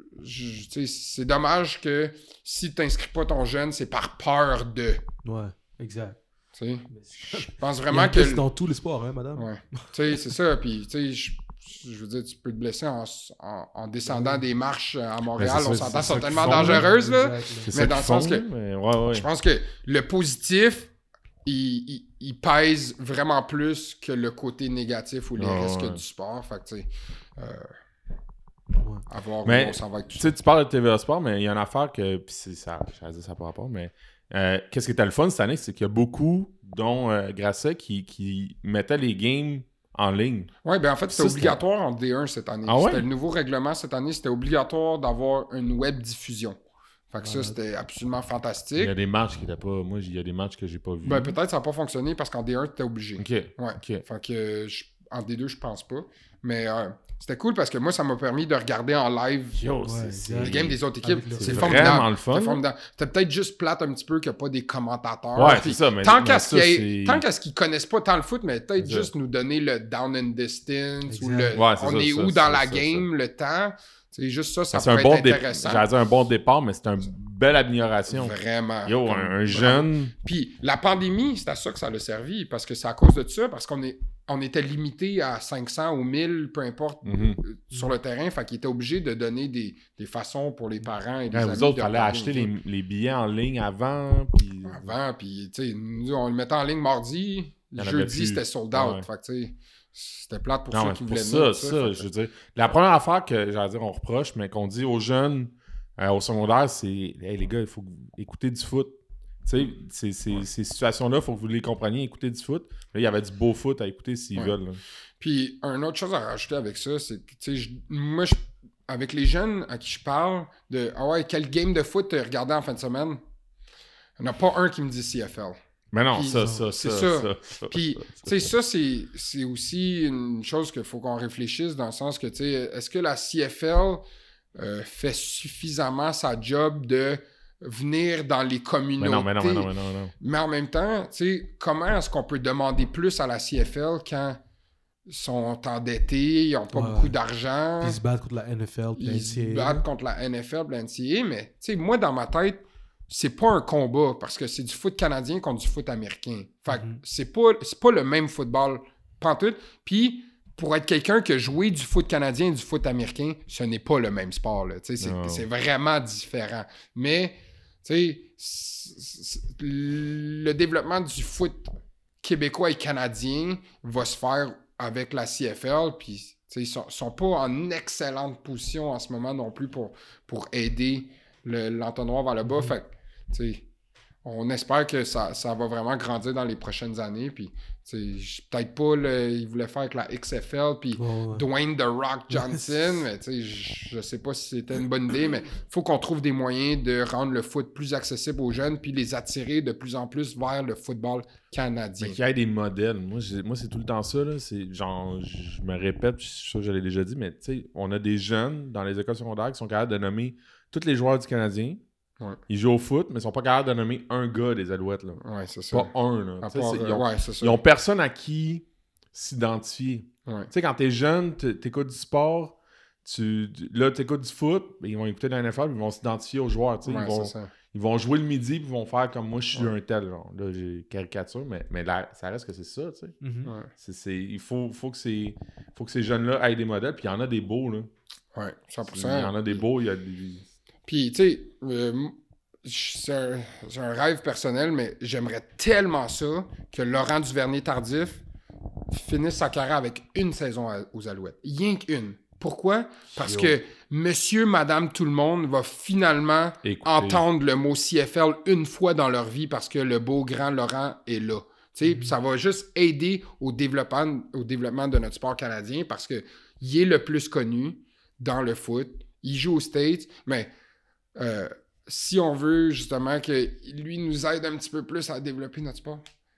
je- tu sais, c'est dommage que si tu n'inscris pas ton jeune, c'est par peur de. Ouais, exact. Tu sais, Mais c'est- je pense Il y a vraiment une que. piste dans tous les sports, hein, madame? Ouais. Tu sais, c'est ça. Puis, tu sais, je, je veux dire, tu peux te blesser en, en, en descendant des marches à Montréal. c'est ça, On c'est s'entend, ça sont qu'ils tellement font, là. dangereuses, là. Exact, C'est Mais ça dans qu'ils le sens font, que- là, mais ouais, ouais. Je pense que le positif, il, il, il pèse vraiment plus que le côté négatif ou les Ah, risques ouais. du sport. Fait que, tu sais, euh, Ouais. à voir Mais, où on s'en va avec tout Tu ça. sais, tu parles de T V A Sport, mais il y a une affaire que. Puis c'est ça, j'allais dire ça par rapport, mais. euh, Qu'est-ce qui était le fun cette année, c'est qu'il y a beaucoup, dont euh, Grasset, qui, qui mettaient les games en ligne. Oui, ben en fait, c'était Ça, obligatoire en D un cette année. Ah ouais? C'était le nouveau règlement cette année, c'était obligatoire d'avoir une web diffusion. Fait que ça, Ouais. c'était absolument Il fantastique. y a des matchs qui étaient pas. Moi, il y a des matchs que j'ai pas vus. Ben peut-être ça n'a pas fonctionné parce qu'en D un, tu étais obligé. Ok. Ouais. Ok. Fait que je- en D deux, je pense pas. Mais euh, c'était cool parce que moi, ça m'a permis de regarder en live Yo, Ouais, c'est- exact. c'est. les games des autres équipes. Avec le- C'est C'est formidable. vraiment le fun. C'est formidable. C'était peut-être juste plate un petit peu qu'il n'y a pas des commentateurs. Ouais, Puis c'est ça, mais- tant mais qu'à ça, ce qu'il y ait- c'est- tant qu'à ce qu'ils connaissent pas tant le foot, mais peut-être C'est ça. juste nous donner le down and distance ou le Exact. Ouais, c'est on ça, est ça, où ça, dans la ça, game, le temps. C'est juste ça, ça C'est un peut bon être dé- intéressant. J'allais dire un bon départ, mais c'est une belle amélioration. Vraiment. Yo, Comme- un, un bravo. jeune. Puis la pandémie, c'est à ça que ça l'a servi, parce que c'est à cause de ça, parce qu'on est, on était limité à cinq cents ou mille, peu importe, Mhm. euh, sur le terrain. Fait qu'il était obligé de donner des, des façons pour les parents et les Ouais, amis. vous autres, de fallait regarder acheter les les, games. les billets en ligne avant. Puis... Avant, puis tu sais, nous, on le mettait en ligne mardi, Il y en avait jeudi, plus. c'était sold out. Ouais. Fait que tu sais, c'était plate pour Non, ceux mais qui pour voulaient ça, venir, ça, fait que- je veux dire. La première affaire que, j'allais dire, on reproche, mais qu'on dit aux jeunes euh, au secondaire, c'est hey, les gars, il faut que vous écoutez du foot. Tu sais, ces, ces, ces situations-là, il faut que vous les compreniez, écoutez du foot. Là, il y avait du beau foot à écouter s'ils Ouais. veulent. là. Puis, une autre chose à rajouter avec ça, c'est que, tu sais, je- moi, je- avec les jeunes à qui je parle, de « Ah ouais, quel game de foot t'as regardé en fin de semaine? » Il n'y en a pas un qui me dit C F L. Mais non, Puis, ça, ça, c'est ça, ça. ça, ça, Puis, ça, tu sais, ça, c'est, c'est aussi une chose qu'il faut qu'on réfléchisse dans le sens que, tu sais, est-ce que la C F L euh, fait suffisamment sa job de venir dans les communautés? Mais non, mais non, mais non, mais non, mais non. Mais en même temps, tu sais, comment est-ce qu'on peut demander plus à la C F L quand ils sont endettés, ils n'ont pas Ouais. beaucoup d'argent, Ils se battent contre la N F L, puis la ils N se C A A. battent contre la N F L, la N C A A, mais tu sais, moi, dans ma tête, c'est pas un combat parce que c'est du foot canadien contre du foot américain. Fait que Mhm. c'est pas, c'est pas le même football, pantoute. Puis, pour être quelqu'un qui a joué du foot canadien et du foot américain, ce n'est pas le même sport, là. Tu sais, c'est, Non. c'est vraiment différent. Mais, tu sais, c- c- le développement du foot québécois et canadien va se faire avec la C F L, puis ils sont, sont pas en excellente position en ce moment non plus pour, pour aider le, l'entonnoir vers le bas. Mm-hmm. Fait que, on espère que ça, ça va vraiment grandir dans les prochaines années. Puis, peut-être pas, le, il voulait faire avec la X F L, puis oh, ouais. Dwayne The Rock Johnson, mais je, je sais pas si c'était une bonne idée, mais il faut qu'on trouve des moyens de rendre le foot plus accessible aux jeunes, puis les attirer de plus en plus vers le football canadien. Mais qu'il y ait des modèles. Moi, moi c'est tout le temps ça. Là. C'est, genre, je me répète, je suis sûr que je l'ai déjà dit, mais on a des jeunes dans les écoles secondaires qui sont capables de nommer tous les joueurs du Canadien. Ouais. Ils jouent au foot, mais ils sont pas capables de nommer un gars des Alouettes. Là. Ouais, c'est ça. Pas un. Là. Part, c'est, ils, ont, ouais, c'est ça. Ils ont personne à qui s'identifier. Ouais. Tu sais, quand t'es jeune, t'écoutes du sport, tu, là, t'écoutes du foot, ils vont écouter dans la N F L, ils vont s'identifier aux joueurs. Ouais, ils, vont, ils vont jouer le midi, puis ils vont faire comme moi, je suis ouais. un tel. Genre. Là, j'ai caricature, mais, mais là, ça reste que c'est ça. Tu sais. Mm-hmm. Ouais. c'est, c'est, il faut, faut, que ces, faut que ces jeunes-là aient des modèles, puis il y en a des beaux. Là. Ouais, cent pour cent. Il y en a des beaux, il y a des. Puis, tu sais, euh, c'est, un, c'est un rêve personnel, mais j'aimerais tellement ça que Laurent Duvernay-Tardif finisse sa carrière avec une saison à, aux Alouettes. Rien qu'une. Pourquoi? Parce Yo. que monsieur, madame, tout le monde va finalement Écoutez. entendre le mot C F L une fois dans leur vie parce que le beau grand Laurent est là. Mm-hmm. Ça va juste aider au développement, au développement de notre sport canadien parce qu'il est le plus connu dans le foot. Il joue aux States, mais euh, si on veut justement que lui nous aide un petit peu plus à développer notre sport.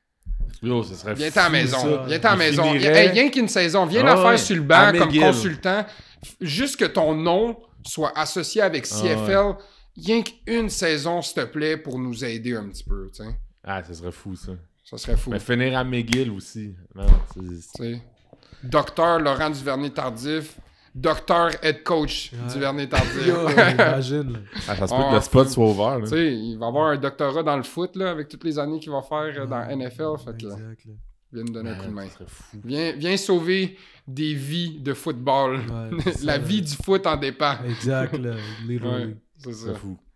Yo, ça serait viens-t'en à la maison. Viens-t'en à la maison. Hey, rien qu'une saison. Viens ah, la faire ouais. sur le banc comme McGill. Consultant. Juste que ton nom soit associé avec C F L. Ah, ouais. Rien qu'une saison, s'il te plaît, pour nous aider un petit peu. T'sais. Ah, ça serait fou, ça. Ça serait fou. Mais finir à McGill aussi. Non, c'est... Docteur Laurent Duvernay-Tardif. Docteur Head Coach ouais. Duvernay-Tardif. Yo, imagine. Ah, ça se peut oh, que le spot soit ouvert. Tu sais, il va avoir un doctorat dans le foot là, avec toutes les années qu'il va faire ouais, dans la N F L. Fait que, exact, là. Viens me donner ouais, un coup de main. Viens, viens sauver des vies de football. Ouais, la vie du foot en dépend. Exact, là. Ouais, c'est ça. C'est fou.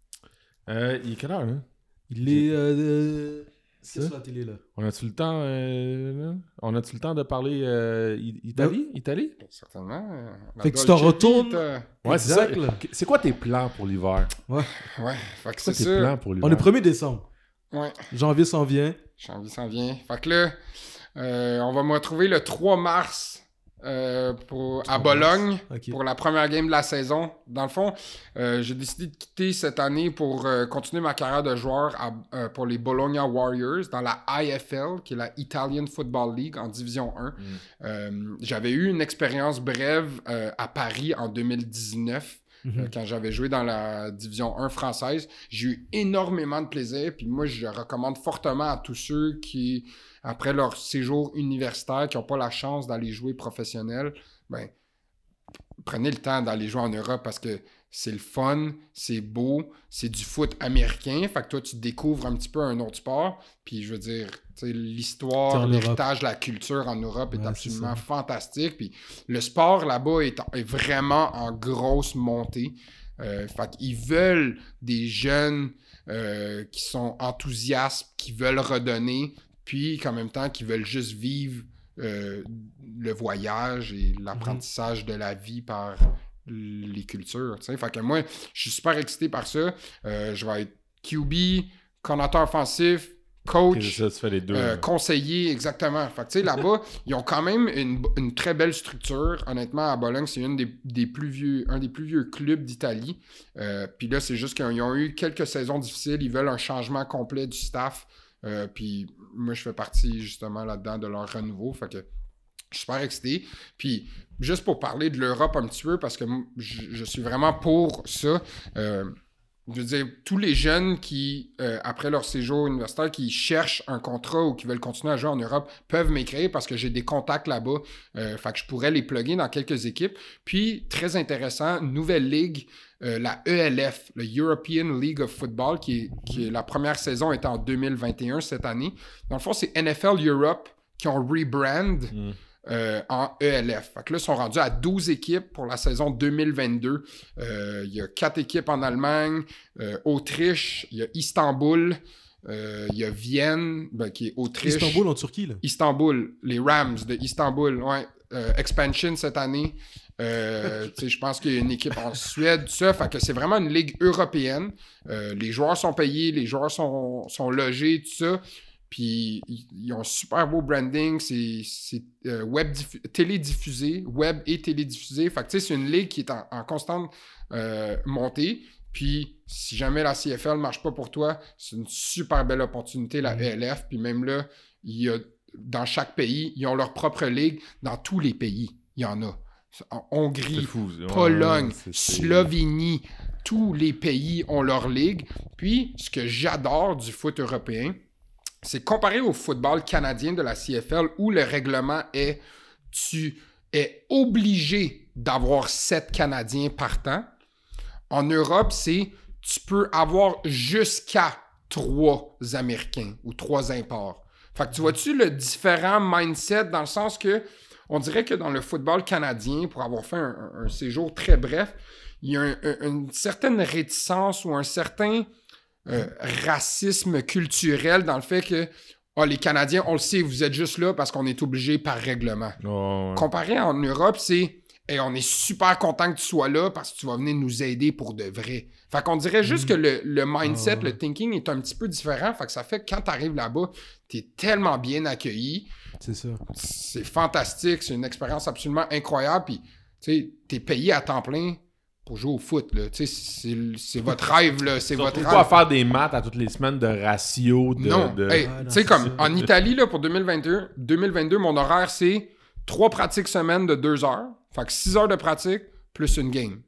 Euh, il est quelle heure, là? Il est... Euh, c'est sur la télé, là. On a-tu le temps, euh, on a-tu le temps de parler euh, Italie? Ben, Italie? Certainement. La fait que tu te retournes. Euh... Ouais, c'est ça. C'est quoi tes plans pour l'hiver? Ouais. Ouais. Fait que c'est, c'est ça. Tes plans pour l'hiver? On est premier décembre. Ouais. Janvier s'en vient. Janvier s'en vient. Fait que là, euh, on va me retrouver le trois mars euh, pour, à Bologne okay. pour la première game de la saison. Dans le fond, euh, j'ai décidé de quitter cette année pour euh, continuer ma carrière de joueur à, euh, pour les Bologna Warriors dans la I F L, qui est la Italian Football League en Division un. Mm. Euh, j'avais eu une expérience brève euh, à Paris en deux mille dix-neuf. Mm-hmm. Euh, quand j'avais joué dans la Division un française. J'ai eu énormément de plaisir. Puis moi, je recommande fortement à tous ceux qui, après leur séjour universitaire, qui n'ont pas la chance d'aller jouer professionnel, ben, prenez le temps d'aller jouer en Europe parce que c'est le fun, c'est beau, c'est du foot américain. Fait que toi, tu découvres un petit peu un autre sport. Puis je veux dire, l'histoire, l'héritage, la culture en Europe est ouais, absolument est fantastique. Puis le sport là-bas est, est vraiment en grosse montée. Euh, fait qu'ils veulent des jeunes euh, qui sont enthousiastes, qui veulent redonner, puis qu'en même temps, qui veulent juste vivre euh, le voyage et l'apprentissage mm-hmm. de la vie par les cultures. T'sais. Fait que moi, je suis super excité par ça. Euh, je vais être Q B, coordinateur offensif, coach, ça, tu fais les deux, euh, conseiller, exactement. Fait que tu sais, là-bas, ils ont quand même une, une très belle structure. Honnêtement, à Bologne, c'est une des, des plus vieux, un des plus vieux clubs d'Italie. Euh, puis là, c'est juste qu'ils ont eu quelques saisons difficiles. Ils veulent un changement complet du staff. Euh, puis moi, je fais partie justement là-dedans de leur renouveau. Fait que je suis super excité. Puis, juste pour parler de l'Europe un petit peu, parce que je, je suis vraiment pour ça. Euh, je veux dire, tous les jeunes qui, euh, après leur séjour universitaire, qui cherchent un contrat ou qui veulent continuer à jouer en Europe, peuvent m'écrire parce que j'ai des contacts là-bas. Euh, fait que je pourrais les plugger dans quelques équipes. Puis, très intéressant, nouvelle ligue, euh, la E L F, le European League of Football, qui est, qui est la première saison était en deux mille vingt et un cette année. Dans le fond, c'est N F L Europe qui ont rebrand. Mm. Euh, en E L F. Fait que là, ils sont rendus à douze équipes pour la saison deux mille vingt-deux. Euh, il y a quatre équipes en Allemagne, euh, Autriche, il y a Istanbul, Euh, il y a Vienne, ben, qui est Autriche. Istanbul en Turquie, là. Istanbul, les Rams de Istanbul, ouais. Euh, expansion cette année. Euh, je pense qu'il y a une équipe en Suède, tout ça. Fait que c'est vraiment une ligue européenne. Euh, les joueurs sont payés, les joueurs sont, sont logés, tout ça. Puis ils, ils ont un super beau branding. C'est, c'est euh, web diffu- télédiffusé, web et télédiffusé. Fait que c'est une ligue qui est en, en constante euh, montée. Puis si jamais la C F L ne marche pas pour toi, c'est une super belle opportunité, la E L F. Puis même là, il y a dans chaque pays, ils ont leur propre ligue. Dans tous les pays, il y en a. En Hongrie, fou, Pologne, ouais, c'est, c'est... Slovénie, tous les pays ont leur ligue. Puis, ce que j'adore du foot européen, c'est comparé au football canadien de la C F L où le règlement est tu es obligé d'avoir sept Canadiens par temps. En Europe, c'est tu peux avoir jusqu'à trois Américains ou trois imports. Fait que tu vois-tu le différent mindset dans le sens que on dirait que dans le football canadien, pour avoir fait un, un, un séjour très bref, il y a un, un, une certaine réticence ou un certain euh, racisme culturel dans le fait que oh, les Canadiens, on le sait, vous êtes juste là parce qu'on est obligé par règlement. Oh, ouais. Comparé en Europe, c'est hey, on est super content que tu sois là parce que tu vas venir nous aider pour de vrai. Fait qu'on dirait juste mmh. que le, le mindset, oh. le thinking est un petit peu différent. Fait que ça fait que quand tu arrives là-bas, tu es tellement bien accueilli. C'est ça. C'est fantastique. C'est une expérience absolument incroyable. Puis, tu sais, tu es payé à temps plein pour jouer au foot. Là. Tu sais, c'est, c'est votre rêve. Là. C'est votre rêve. Pas à faire des maths à toutes les semaines de ratio. De, non. de... Hey, ah, tu sais, comme ça. En Italie, là, pour deux mille vingt-deux, deux mille vingt-deux, mon horaire, c'est trois pratiques semaine de deux heures. Fait que six heures de pratique plus une game.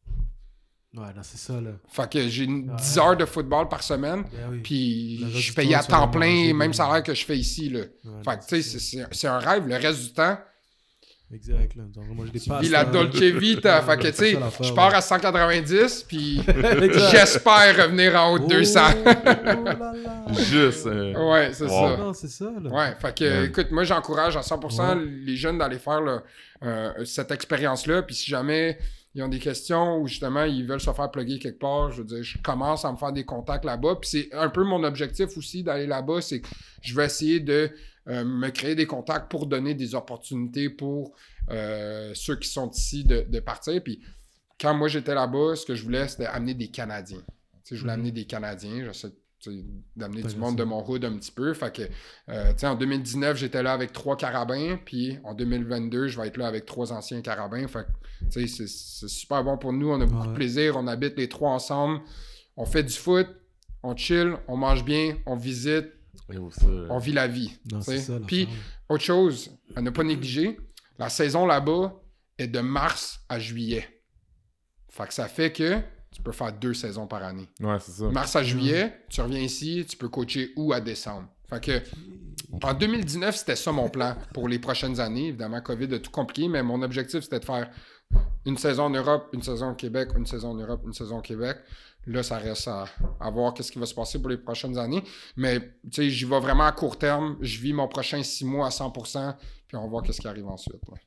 Ouais, là, c'est ça, là. Fait que j'ai ouais. dix heures de football par semaine, ben oui. puis je suis payé à temps plein, manger, même salaire que je fais ici, là. Ouais, fait que, tu sais, c'est, c'est, c'est un rêve. Le reste du temps, exact, là. Donc, moi, je tu vis la Dolce Vita. Fait que, tu sais, je pars à cent quatre-vingt-dix, puis j'espère revenir en haut de deux cents. Oh, oh là là. Juste. Euh... Ouais, c'est wow. ça. Non, c'est ça, là. Ouais, fait que, ouais. écoute, moi, j'encourage à cent pour cent ouais. les jeunes d'aller faire là, euh, cette expérience-là, puis si jamais ils ont des questions ou justement ils veulent se faire plugger quelque part, je veux dire, je commence à me faire des contacts là-bas. Puis c'est un peu mon objectif aussi d'aller là-bas, c'est que je vais essayer de euh, me créer des contacts pour donner des opportunités pour euh, ceux qui sont ici de, de partir. Puis quand moi j'étais là-bas, ce que je voulais, c'était amener des Canadiens. Tu sais, je voulais mm-hmm. amener des Canadiens, j'essaie d'amener du monde de mon hood un petit peu. Fait que, euh, tu sais, en deux mille dix-neuf, j'étais là avec trois Carabins, puis en deux mille vingt-deux, je vais être là avec trois anciens Carabins. Fait que, tu sais, c'est, c'est super bon pour nous. On a beaucoup ouais. de plaisir. On habite les trois ensemble. On fait du foot, on chill, on mange bien, on visite, ça, on vit la vie. Puis, autre chose, à ne pas négliger, la saison là-bas est de mars à juillet. Fait que ça fait que tu peux faire deux saisons par année. Ouais, c'est ça. Mars à juillet, tu reviens ici, tu peux coacher août à décembre. Fait que, en deux mille dix-neuf, c'était ça mon plan pour les prochaines années. Évidemment, COVID a tout compliqué, mais mon objectif, c'était de faire une saison en Europe, une saison au Québec, une saison en Europe, une saison au Québec. Là, ça reste à, à voir qu'est-ce qui va se passer pour les prochaines années. Mais, tu sais, j'y vais vraiment à court terme. Je vis mon prochain six mois à cent pour cent, puis on va voir qu'est-ce qui arrive ensuite. Ouais.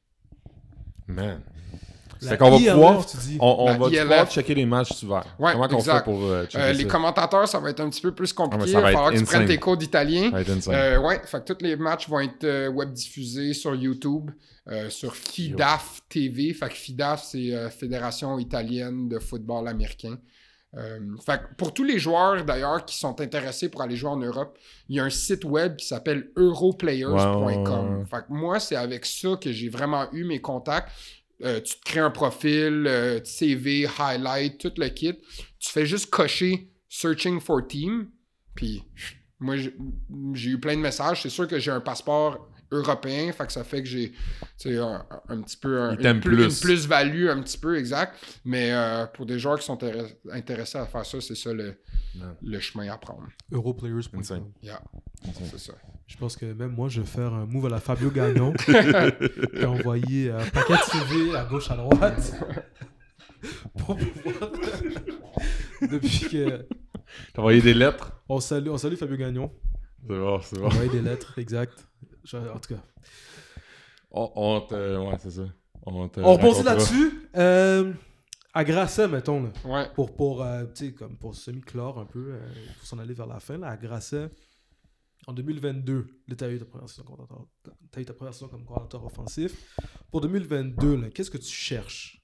Man. Fait qu'on va I L F, pouvoir, on, on va pouvoir checker les matchs cet hiver. Ouais, comment exact. on fait pour euh, checker euh, ça? Les commentateurs, ça va être un petit peu plus compliqué. Ah, il va falloir que insane. tu prennes tes cours d'italien. Ça va être insane. Euh, ouais, fait que tous les matchs vont être euh, web diffusés sur YouTube, euh, sur F I D A F T V. Fait que F I D A F, c'est euh, Fédération italienne de football américain. Euh, fait que pour tous les joueurs d'ailleurs qui sont intéressés pour aller jouer en Europe, il y a un site web qui s'appelle europlayers point com. Wow. Fait que moi, c'est avec ça que j'ai vraiment eu mes contacts. Euh, tu te crées un profil, euh, C V, highlight, tout le kit. Tu fais juste cocher Searching for Team. Puis moi, j'ai, j'ai eu plein de messages. C'est sûr que j'ai un passeport européen. Fait que ça fait que j'ai un, un petit peu un, une, plus. une plus-value, un petit peu exact. Mais euh, pour des joueurs qui sont intér- intéressés à faire ça, c'est ça le, le chemin à prendre. europlayers point com. Yeah, c'est ça. Je pense que même moi, je vais faire un move à la Fabio Gagnon et envoyer un paquet de C V à gauche, à droite pour pouvoir... Depuis que... T'as envoyé des lettres? On salue, on salue Fabio Gagnon. C'est bon, c'est bon. On envoyé des lettres, exact. Je... En tout cas. On, on te... Ouais, c'est ça. On, te on rebondit là-dessus. Euh... À Grasset, mettons, là, Ouais. pour, pour, euh, tu sais, comme pour semi-clore un peu, euh, pour s'en aller vers la fin, là, à Grasset, en deux mille vingt-deux, là, t'as eu ta première saison comme coordinateur, t'as eu ta première saison comme coordinateur offensif. Pour deux mille vingt-deux, là, qu'est-ce que tu cherches?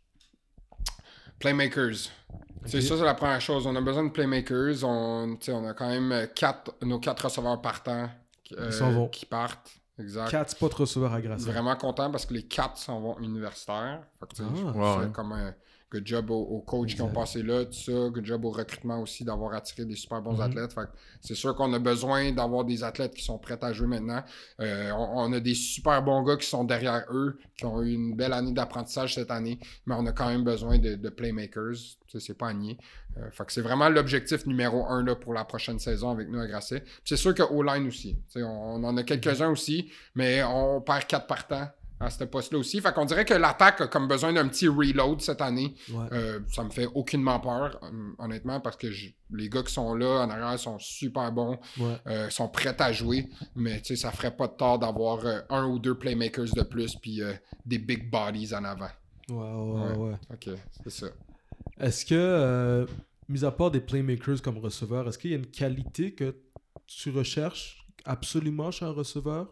Playmakers. Okay. C'est ça, c'est la première chose. On a besoin de playmakers. On, on a quand même quatre, nos quatre receveurs partants euh, s'en vont. qui partent. Exact. Quatre spots receveurs à Grasset. Vraiment content parce que les quatre s'en vont universitaires. Fait que, Ah, je trouve ouais, ça ouais. comme un good job aux, aux coachs qui ont passé là, tout ça. Good job au recrutement aussi d'avoir attiré des super bons Mm-hmm. athlètes. Fait que c'est sûr qu'on a besoin d'avoir des athlètes qui sont prêts à jouer maintenant. Euh, on, on a des super bons gars qui sont derrière eux, qui ont eu une belle année d'apprentissage cette année, mais on a quand même besoin de, de playmakers. Tu sais, c'est pas à nier. Euh, fait que c'est vraiment l'objectif numéro un là, pour la prochaine saison avec nous à Grasset. Puis c'est sûr que O-line aussi. Tu sais, on, on en a quelques-uns aussi, mais on perd quatre partants à ce poste-là aussi. Fait qu'on dirait que l'attaque a comme besoin d'un petit reload cette année. Ouais. Euh, ça me fait aucunement peur, hum, honnêtement, parce que je- les gars qui sont là en arrière sont super bons, Ouais. euh, sont prêts à jouer, mais tu sais, ça ferait pas de tort d'avoir euh, un ou deux playmakers de plus, puis euh, des big bodies en avant. Ouais, ouais, Ouais. ouais. Ok, c'est ça. Est-ce que, euh, mis à part des playmakers comme receveur, est-ce qu'il y a une qualité que tu recherches absolument chez un receveur?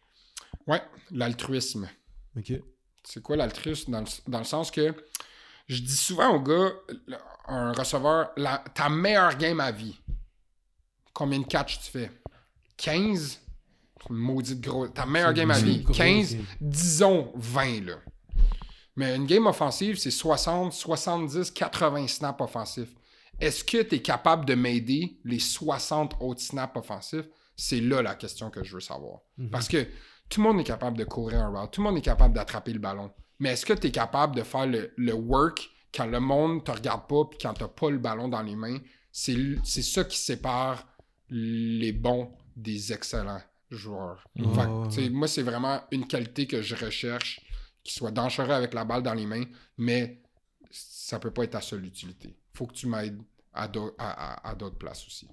Ouais, l'altruisme. Ok. C'est quoi l'altruisme? Dans le, dans le sens que je dis souvent aux gars, le- un receveur, la- ta meilleure game à vie, combien de catch tu fais? quinze? Une maudite grosse. Ta meilleure C'est game à une vie, grosse quinze, game. disons vingt, là. Mais une game offensive, c'est soixante, soixante-dix, quatre-vingts snaps offensifs. Est-ce que tu es capable de m'aider les soixante autres snaps offensifs? C'est là la question que je veux savoir. Mhm. Parce que tout le monde est capable de courir un route, tout le monde est capable d'attraper le ballon. Mais est-ce que tu es capable de faire le, le work quand le monde ne te regarde pas et quand tu n'as pas le ballon dans les mains? C'est, c'est ça qui sépare les bons des excellents joueurs. Ouais, Fait que, ouais, tu sais, ouais. moi, c'est vraiment une qualité que je recherche, qui soit dangereux avec la balle dans les mains, mais ça peut pas être ta seule utilité. Faut que tu m'aides à, d'au- à, à- à d'autres places aussi.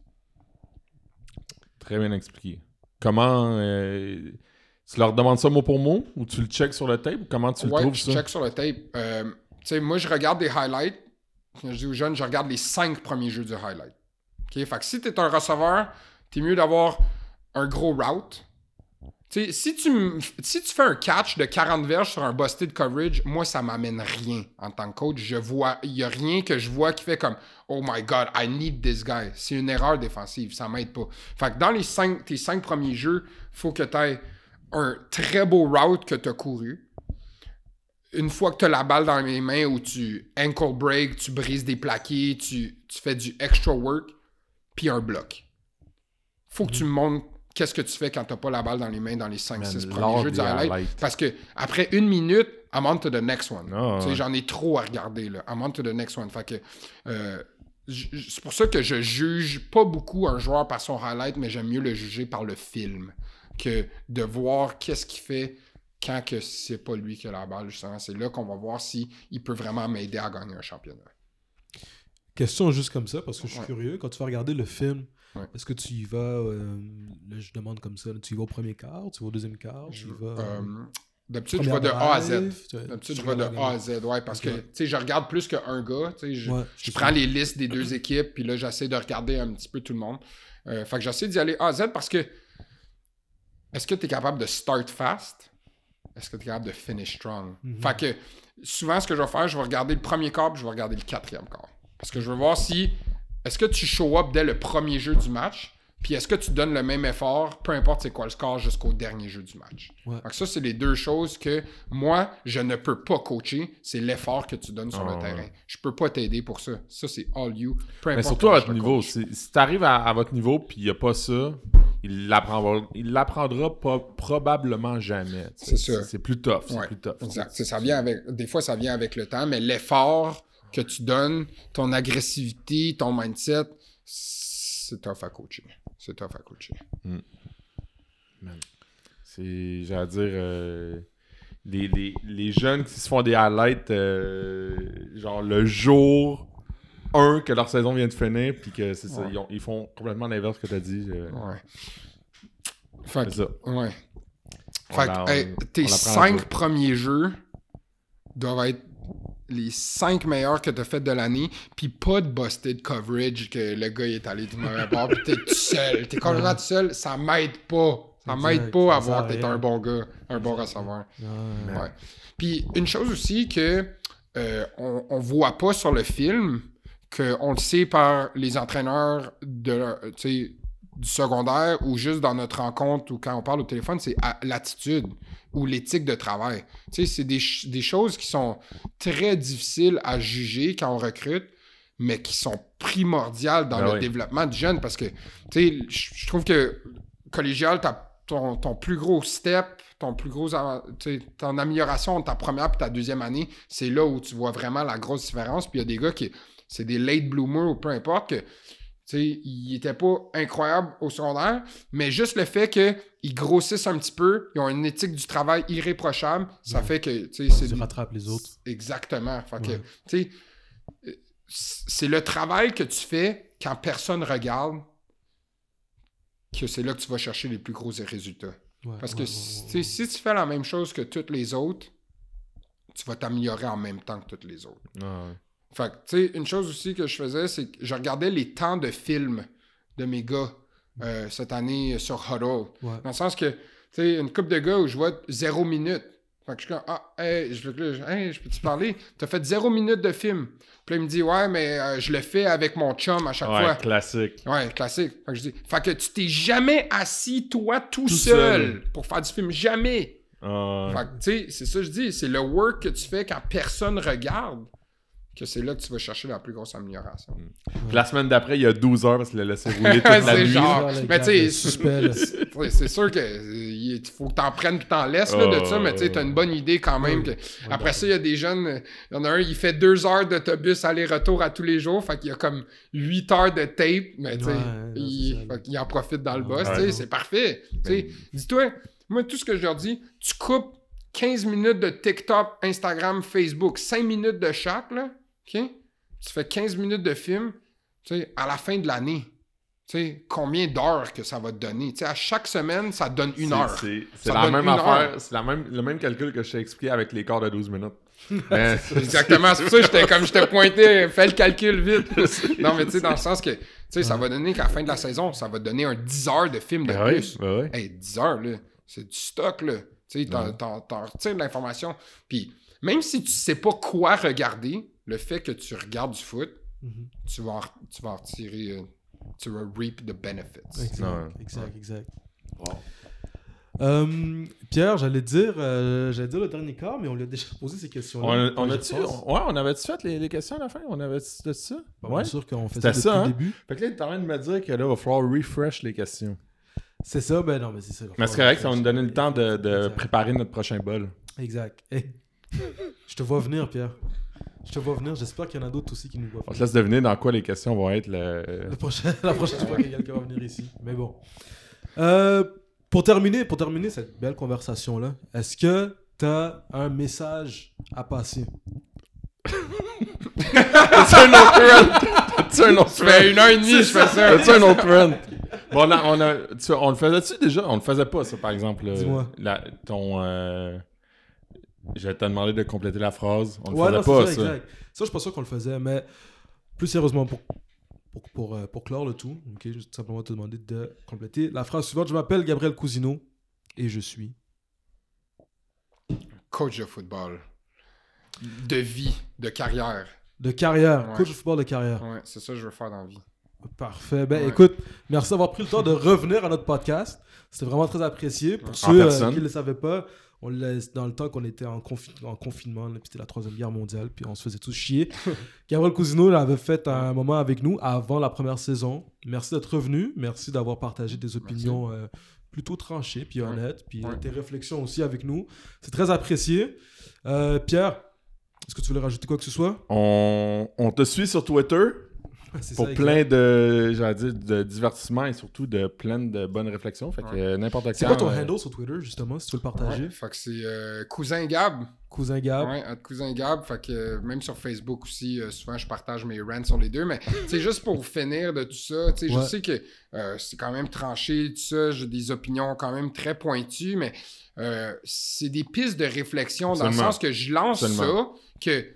Très bien expliqué. Comment... euh, tu leur demandes ça mot pour mot ou tu le checks sur le tape ou comment tu le Ouais, trouves je ça? check sur le tape. Euh, tu sais, moi, je regarde des highlights. Je dis aux jeunes, je regarde les cinq premiers jeux du highlight. OK? Fait que si tu es un receveur, t'es mieux d'avoir un gros route. Tu sais, si tu, m- si tu fais un catch de quarante verges sur un busted coverage, moi, ça m'amène rien en tant que coach. Je vois, il n'y a rien que je vois qui fait comme « Oh my God, I need this guy ». C'est une erreur défensive, ça m'aide pas. Fait que dans les cinq, tes cinq premiers jeux, il faut que tu aies un très beau route que tu as couru. Une fois que tu as la balle dans les mains où tu ankle break, tu brises des plaqués, tu, tu fais du extra work, puis un bloc. Faut que tu me montres qu'est-ce que tu fais quand tu n'as pas la balle dans les mains dans les cinq six Man, premiers lors jeux du des highlight. highlights. Parce que après une minute, I'm on to the next one. Ah, Tu sais, ouais. j'en ai trop à regarder. Là. I'm on to the next one. Fait que, euh, j- j- c'est pour ça que je juge pas beaucoup un joueur par son highlight, mais j'aime mieux le juger par le film que de voir qu'est-ce qu'il fait quand que c'est pas lui qui a la balle. Justement, c'est là qu'on va voir s'il peut vraiment m'aider à gagner un championnat. Question juste comme ça, parce que je suis Ouais. curieux. Quand tu vas regarder le film, Ouais. est-ce que tu y vas, euh, là je demande comme ça, tu y vas au premier quart, tu y vas au deuxième quart, tu y vas... Euh, D'habitude, je vais de première A à Z. drive, tu- D'habitude, tu je vais de regardes A à Z, ouais, parce Ok. que, tu sais, je regarde plus qu'un gars, tu sais, je, Ouais, je c'est prends ça. les listes des deux équipes, puis là, j'essaie de regarder un petit peu tout le monde. Euh, fait que j'essaie d'y aller A à Z parce que, est-ce que tu es capable de start fast? Est-ce que tu es capable de finish strong? Mhm. Fait que, souvent, ce que je vais faire, je vais regarder le premier quart, puis je vais regarder le quatrième quart. Parce que je veux voir si, est-ce que tu show up dès le premier jeu du match? Puis est-ce que tu donnes le même effort, peu importe c'est quoi le score, jusqu'au dernier jeu du match? Ouais. Fait que ça, c'est les deux choses que moi, je ne peux pas coacher. C'est l'effort que tu donnes sur Ah, le ouais. terrain. Je peux pas t'aider pour ça. Ça, c'est all you. Peu Mais importe surtout à comment votre je te niveau. coach. Si, si tu arrives à, à votre niveau puis il n'y a pas ça, il l'apprendra, il l'apprendra pas, probablement jamais. tu sais. C'est ça. C'est plus tough. C'est Ouais, plus tough. exact. C'est- Ça vient avec, des fois, ça vient avec le temps, mais l'effort que tu donnes, ton agressivité, ton mindset, c'est tough à coacher. C'est tough à coacher. C'est, j'allais dire, euh, les, les, les jeunes qui se font des highlights, euh, genre le jour un que leur saison vient de finir, puis que c'est ça, Ouais. ils, ont- ils font complètement l'inverse que tu as dit. euh, Ouais. Fait c'est que, ça. ouais. On Fait l'a- que, hey, on- tes on l'apprend à cinq jouer. premiers jeux doivent être les cinq meilleurs que tu as fait de l'année, puis pas de busted coverage que le gars il est allé du mauvais bord, puis t'es tout seul. T'es complètement tout seul, ça m'aide pas. Ça Exact, m'aide pas à ça voir sert que à t'es rien. un bon gars, un bon receveur. Ouais. Ouais. Puis une chose aussi que euh, on, on voit pas sur le film, qu'on le sait par les entraîneurs de, tu sais, du secondaire ou juste dans notre rencontre ou quand on parle au téléphone, c'est à, l'attitude ou l'éthique de travail. Tu sais, c'est des, des choses qui sont très difficiles à juger quand on recrute, mais qui sont primordiales dans Ben le oui. développement du jeune parce que, tu sais, je je trouve que collégial, t'as ton, ton plus gros step, ton plus gros, av- tu sais, ton amélioration entre ta première et ta deuxième année, c'est là où tu vois vraiment la grosse différence. Puis il y a des gars qui, c'est des late bloomers ou peu importe, que, tu sais, ils étaient pas incroyables au secondaire, mais juste le fait qu'ils grossissent un petit peu, ils ont une éthique du travail irréprochable, ça Ouais. fait que, tu sais, c'est... Tu rattrapes les autres. Exactement. Fait que, Ouais. tu sais, euh, c'est le travail que tu fais quand personne regarde que c'est là que tu vas chercher les plus gros résultats. Ouais, Parce ouais, que ouais, si, ouais, tu sais, si tu fais la même chose que toutes les autres, tu vas t'améliorer en même temps que toutes les autres. Ouais. Fait que, tu sais, une chose aussi que je faisais, c'est que je regardais les temps de film de mes gars euh, cette année sur Huddle. ouais. Dans le sens que, tu sais, une couple de gars où je vois zéro minute. Fait que je suis comme, ah, hey, je, je, hey, je peux-tu parler? T'as fait zéro minute de film. Puis là, il me dit, ouais, mais euh, je le fais avec mon chum à chaque Ouais, fois. classique. Ouais, classique. Fait que je dis, fait que tu t'es jamais assis, toi, tout, Tout seul, seul. pour faire du film. Jamais. Ah, Fait que, tu sais, c'est ça que je dis. C'est le work que tu fais quand personne regarde que c'est là que tu vas chercher la plus grosse amélioration. Puis la semaine d'après, il y a douze heures parce qu'il a laissé rouler toute la C'est nuit. genre- Là, le mais gars, tu sais, le suspect, là. Ouais, c'est sûr que euh, il faut que t'en prennes puis t'en laisses là, de Oh. ça, mais tu sais, t'as une bonne idée quand même. Oui. Que... Après ça, il y a des jeunes, euh, il y en a un, il fait deux heures d'autobus aller-retour à tous les jours, fait qu'il y a comme huit heures de tape, mais tu sais, Ouais, non, il... c'est ça. fait qu'il en profite dans le Ouais, boss, tu ouais. sais, c'est parfait. Tu sais, dis-toi, moi, tout ce que je leur dis, tu coupes quinze minutes de TikTok, Instagram, Facebook, cinq minutes de chaque, là, OK? Tu fais quinze minutes de film, tu sais, à la fin de l'année. Tu sais, combien d'heures que ça va te donner? Tu sais, à chaque semaine, ça te donne une C'est- heure. C'est c'est Ça la donne même une affaire. heure. C'est la même, le même calcul que je t'ai expliqué avec les quarts de douze minutes. Mais- Exactement, c'est pour ça que j'étais comme je t'ai pointé, fais le calcul vite. Non, mais tu sais, dans le sens que, tu sais, ça va donner qu'à la fin de la saison, ça va te donner un dix heures de film de Ben oui, plus. ben oui. Hey, dix heures, là, c'est du stock, là. Tu sais, t'en, Ouais. t'en, t'en retires de l'information. Puis, même si tu sais pas quoi regarder, le fait que tu regardes du foot, Mhm. tu vas en, tu vas en retirer, euh, tu vas reap the benefits. Exact, Ouais. exact, exact. Wow. Euh, Pierre, j'allais dire, euh, j'allais dire le dernier quart, mais on lui a déjà posé ces questions-là. On, on Quand a-tu, j'y pense. on- ouais, on avait-tu fait les, les questions à la fin? On avait-tu fait ça? Bon, Ouais. Bien sûr qu'on fait C'était ça depuis ça, le hein? début. Fait que là, t'es en train de me dire que là, il va falloir refresh les questions. C'est ça, ben non, mais c'est ça. Mais c'est correct, ça va nous donner le temps de, de Exact. préparer notre prochain bol. Exact. Hey. Je te vois venir, Pierre. Je te vois venir. J'espère qu'il y en a d'autres aussi qui nous voient On te venir. laisse deviner dans quoi les questions vont être. Le... Le prochain- la prochaine fois qu'il y a quelqu'un va venir ici. Mais bon. Euh, pour, terminer, pour terminer cette belle conversation-là, est-ce que tu as un message à passer? T'as-tu un autre trend? T'as-tu un autre Ça fait une heure et demie, je fais ça. T'as-tu un autre trend? Bon, on, a, on, a, tu- on le faisait-tu déjà? On le faisait pas, ça, par exemple. euh, Dis-moi. la- ton... Euh... Je vais te demander de compléter la phrase. On le Ouais, faisait non, pas, c'est ça. ça, exact. Ça, je suis pas sûr qu'on le faisait, mais plus sérieusement, pour, pour, pour, euh, pour clore le tout, ok, je vais tout simplement te demander de compléter la phrase suivante. Je m'appelle Gabriel Cousineau et je suis... Coach de football. De vie, de carrière. De carrière, Ouais. coach de football de carrière. Ouais, c'est ça que je veux faire dans la vie. Parfait. Ben Ouais. écoute, merci d'avoir pris le temps de revenir à notre podcast. C'était vraiment très apprécié. Pour En ceux euh, personne. qui ne le savaient pas, on le laisse dans le temps qu'on était en, confi- en confinement, là, puis c'était la troisième guerre mondiale, puis on se faisait tous chier. Gabriel Cousineau avait fait un moment avec nous avant la première saison. Merci d'être revenu. Merci d'avoir partagé des opinions euh, plutôt tranchées, puis Ouais. honnêtes, puis euh, Ouais. tes réflexions aussi avec nous. C'est très apprécié. Euh, Pierre, est-ce que tu voulais rajouter quoi que ce soit? On, on te suit sur Twitter C'est pour ça, plein exact. de, j'allais dire, de divertissements et surtout de plein de bonnes réflexions. Fait que Ouais. euh, n'importe quand. C'est quoi ton euh, handle sur Twitter, justement, si tu veux le partager? Ouais, fait que c'est euh, Cousin Gab. Cousin Gab. Ouais, à Cousin Gab. Fait que euh, même sur Facebook aussi, euh, souvent je partage mes rants sur les deux. Mais c'est juste pour finir de tout ça. Tu sais, Ouais. Je sais que euh, c'est quand même tranché, tout ça. J'ai des opinions quand même très pointues, mais euh, c'est des pistes de réflexion dans le Absolument. sens que je lance Absolument. ça, que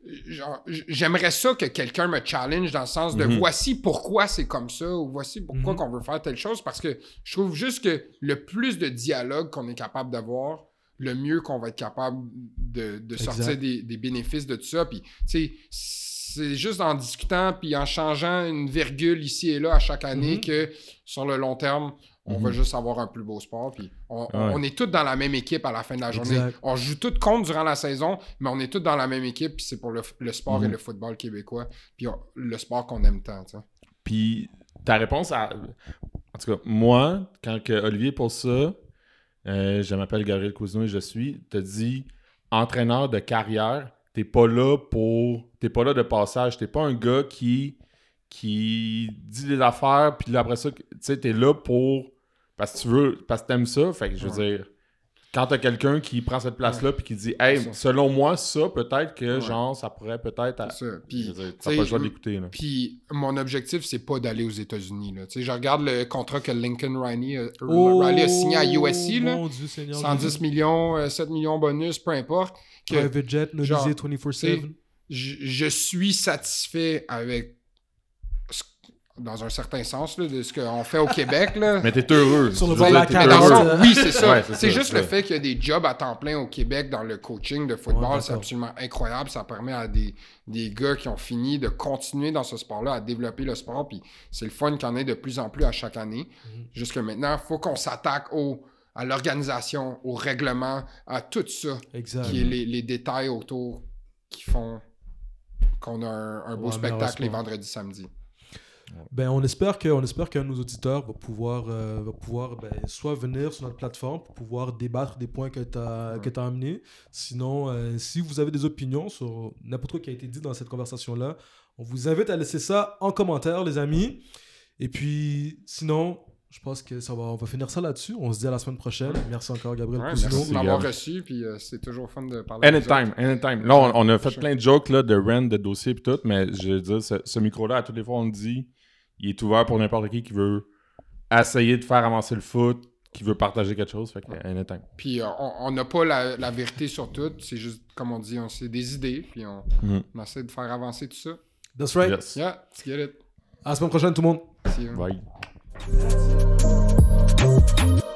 genre, j'aimerais ça que quelqu'un me challenge dans le sens de Mm-hmm. voici pourquoi c'est comme ça ou voici pourquoi Mm-hmm. qu'on veut faire telle chose parce que je trouve juste que le plus de dialogue qu'on est capable d'avoir, le mieux qu'on va être capable de, de sortir des, des bénéfices de tout ça. Puis, tu sais, c'est juste en discutant puis en changeant une virgule ici et là à chaque année Mm-hmm. que sur le long terme, on Mm-hmm. va juste avoir un plus beau sport. Puis on, Ouais. on est tous dans la même équipe à la fin de la journée. Exact. On joue tous contre durant la saison, mais on est tous dans la même équipe. Puis c'est pour le, le sport Mm-hmm. et le football québécois. Puis on- le sport qu'on aime tant. Tu sais. Puis ta réponse à. En tout cas, moi, quand que Olivier pose ça, euh, je m'appelle Gabriel Cousineau et je suis, te dit entraîneur de carrière, t'es pas là pour. T'es pas là de passage. T'es pas un gars qui. qui dit des affaires, puis là, après ça, tu sais, t'es là pour. Parce que tu veux. Parce que t'aimes ça. Fait que je veux Ouais. dire. Quand t'as quelqu'un qui prend cette place-là puis qui dit Hey, C'est ça. selon moi, ça, peut-être que Ouais. genre, ça pourrait peut-être. à- C'est ça. Je Puis, veux dire, tu t'as sais, pas le choix m- d'écouter. Là. Puis mon objectif, c'est pas d'aller aux États-Unis. Là. Tu sais, je regarde le contrat que Lincoln Riley, a- Oh, Riley a signé à U S C. Là. Mon Dieu Seigneur. cent dix millions, euh, sept millions bonus, peu importe. Que Private jet, genre, nolisé vingt-quatre sept. je, je suis satisfait avec, ce- dans un certain sens, là, de ce qu'on fait au Québec. Là. Mais t'es heureux. Sur le Je bord veux de dire, la t'es Mais dans le carotte. heureux. sens- oui, c'est ça. Ouais, c'est c'est ça, juste c'est le ça. fait qu'il y a des jobs à temps plein au Québec dans le coaching de Ouais, football. d'accord. C'est absolument incroyable. Ça permet à des, des gars qui ont fini de continuer dans ce sport-là, à développer le sport. Puis c'est le fun qu'il y en ait de plus en plus à chaque année. Mhm. Jusque maintenant, il faut qu'on s'attaque au, à l'organisation, au règlement, à tout ça, Exact. qui est les, les détails autour qui font qu'on a un, un beau Ouais, spectacle malheureusement. les vendredis, samedis. Ben, on espère que, on espère qu'un de nos auditeurs va pouvoir, euh, va pouvoir ben, soit venir sur notre plateforme pour pouvoir débattre des points que tu as Ouais. amenés. Sinon, euh, si vous avez des opinions sur n'importe quoi qui a été dit dans cette conversation-là, on vous invite à laisser ça en commentaire, les amis. Et puis, sinon, je pense que ça va, on va finir ça là-dessus. On se dit à la semaine prochaine. Merci encore, Gabriel Ouais, Cousineau. merci de Merci, m'avoir Gab. reçu, puis euh, c'est toujours fun de parler avec vous Anytime, anytime. Là, on, on a fait Sure. plein de jokes là, de rent, de dossiers et tout, mais je veux dire, ce, ce micro-là, à toutes les fois, on le dit, il est ouvert pour n'importe qui qui veut essayer de faire avancer le foot, qui veut partager quelque chose. Fait que, anytime. Puis euh, on on n'a pas la, la vérité sur tout, c'est juste, comme on dit, on c'est des idées, puis on, Mhm. on essaie de faire avancer tout ça. That's right. Yes. Yeah, let's get it. À la semaine prochaine, tout le monde. See you. Bye.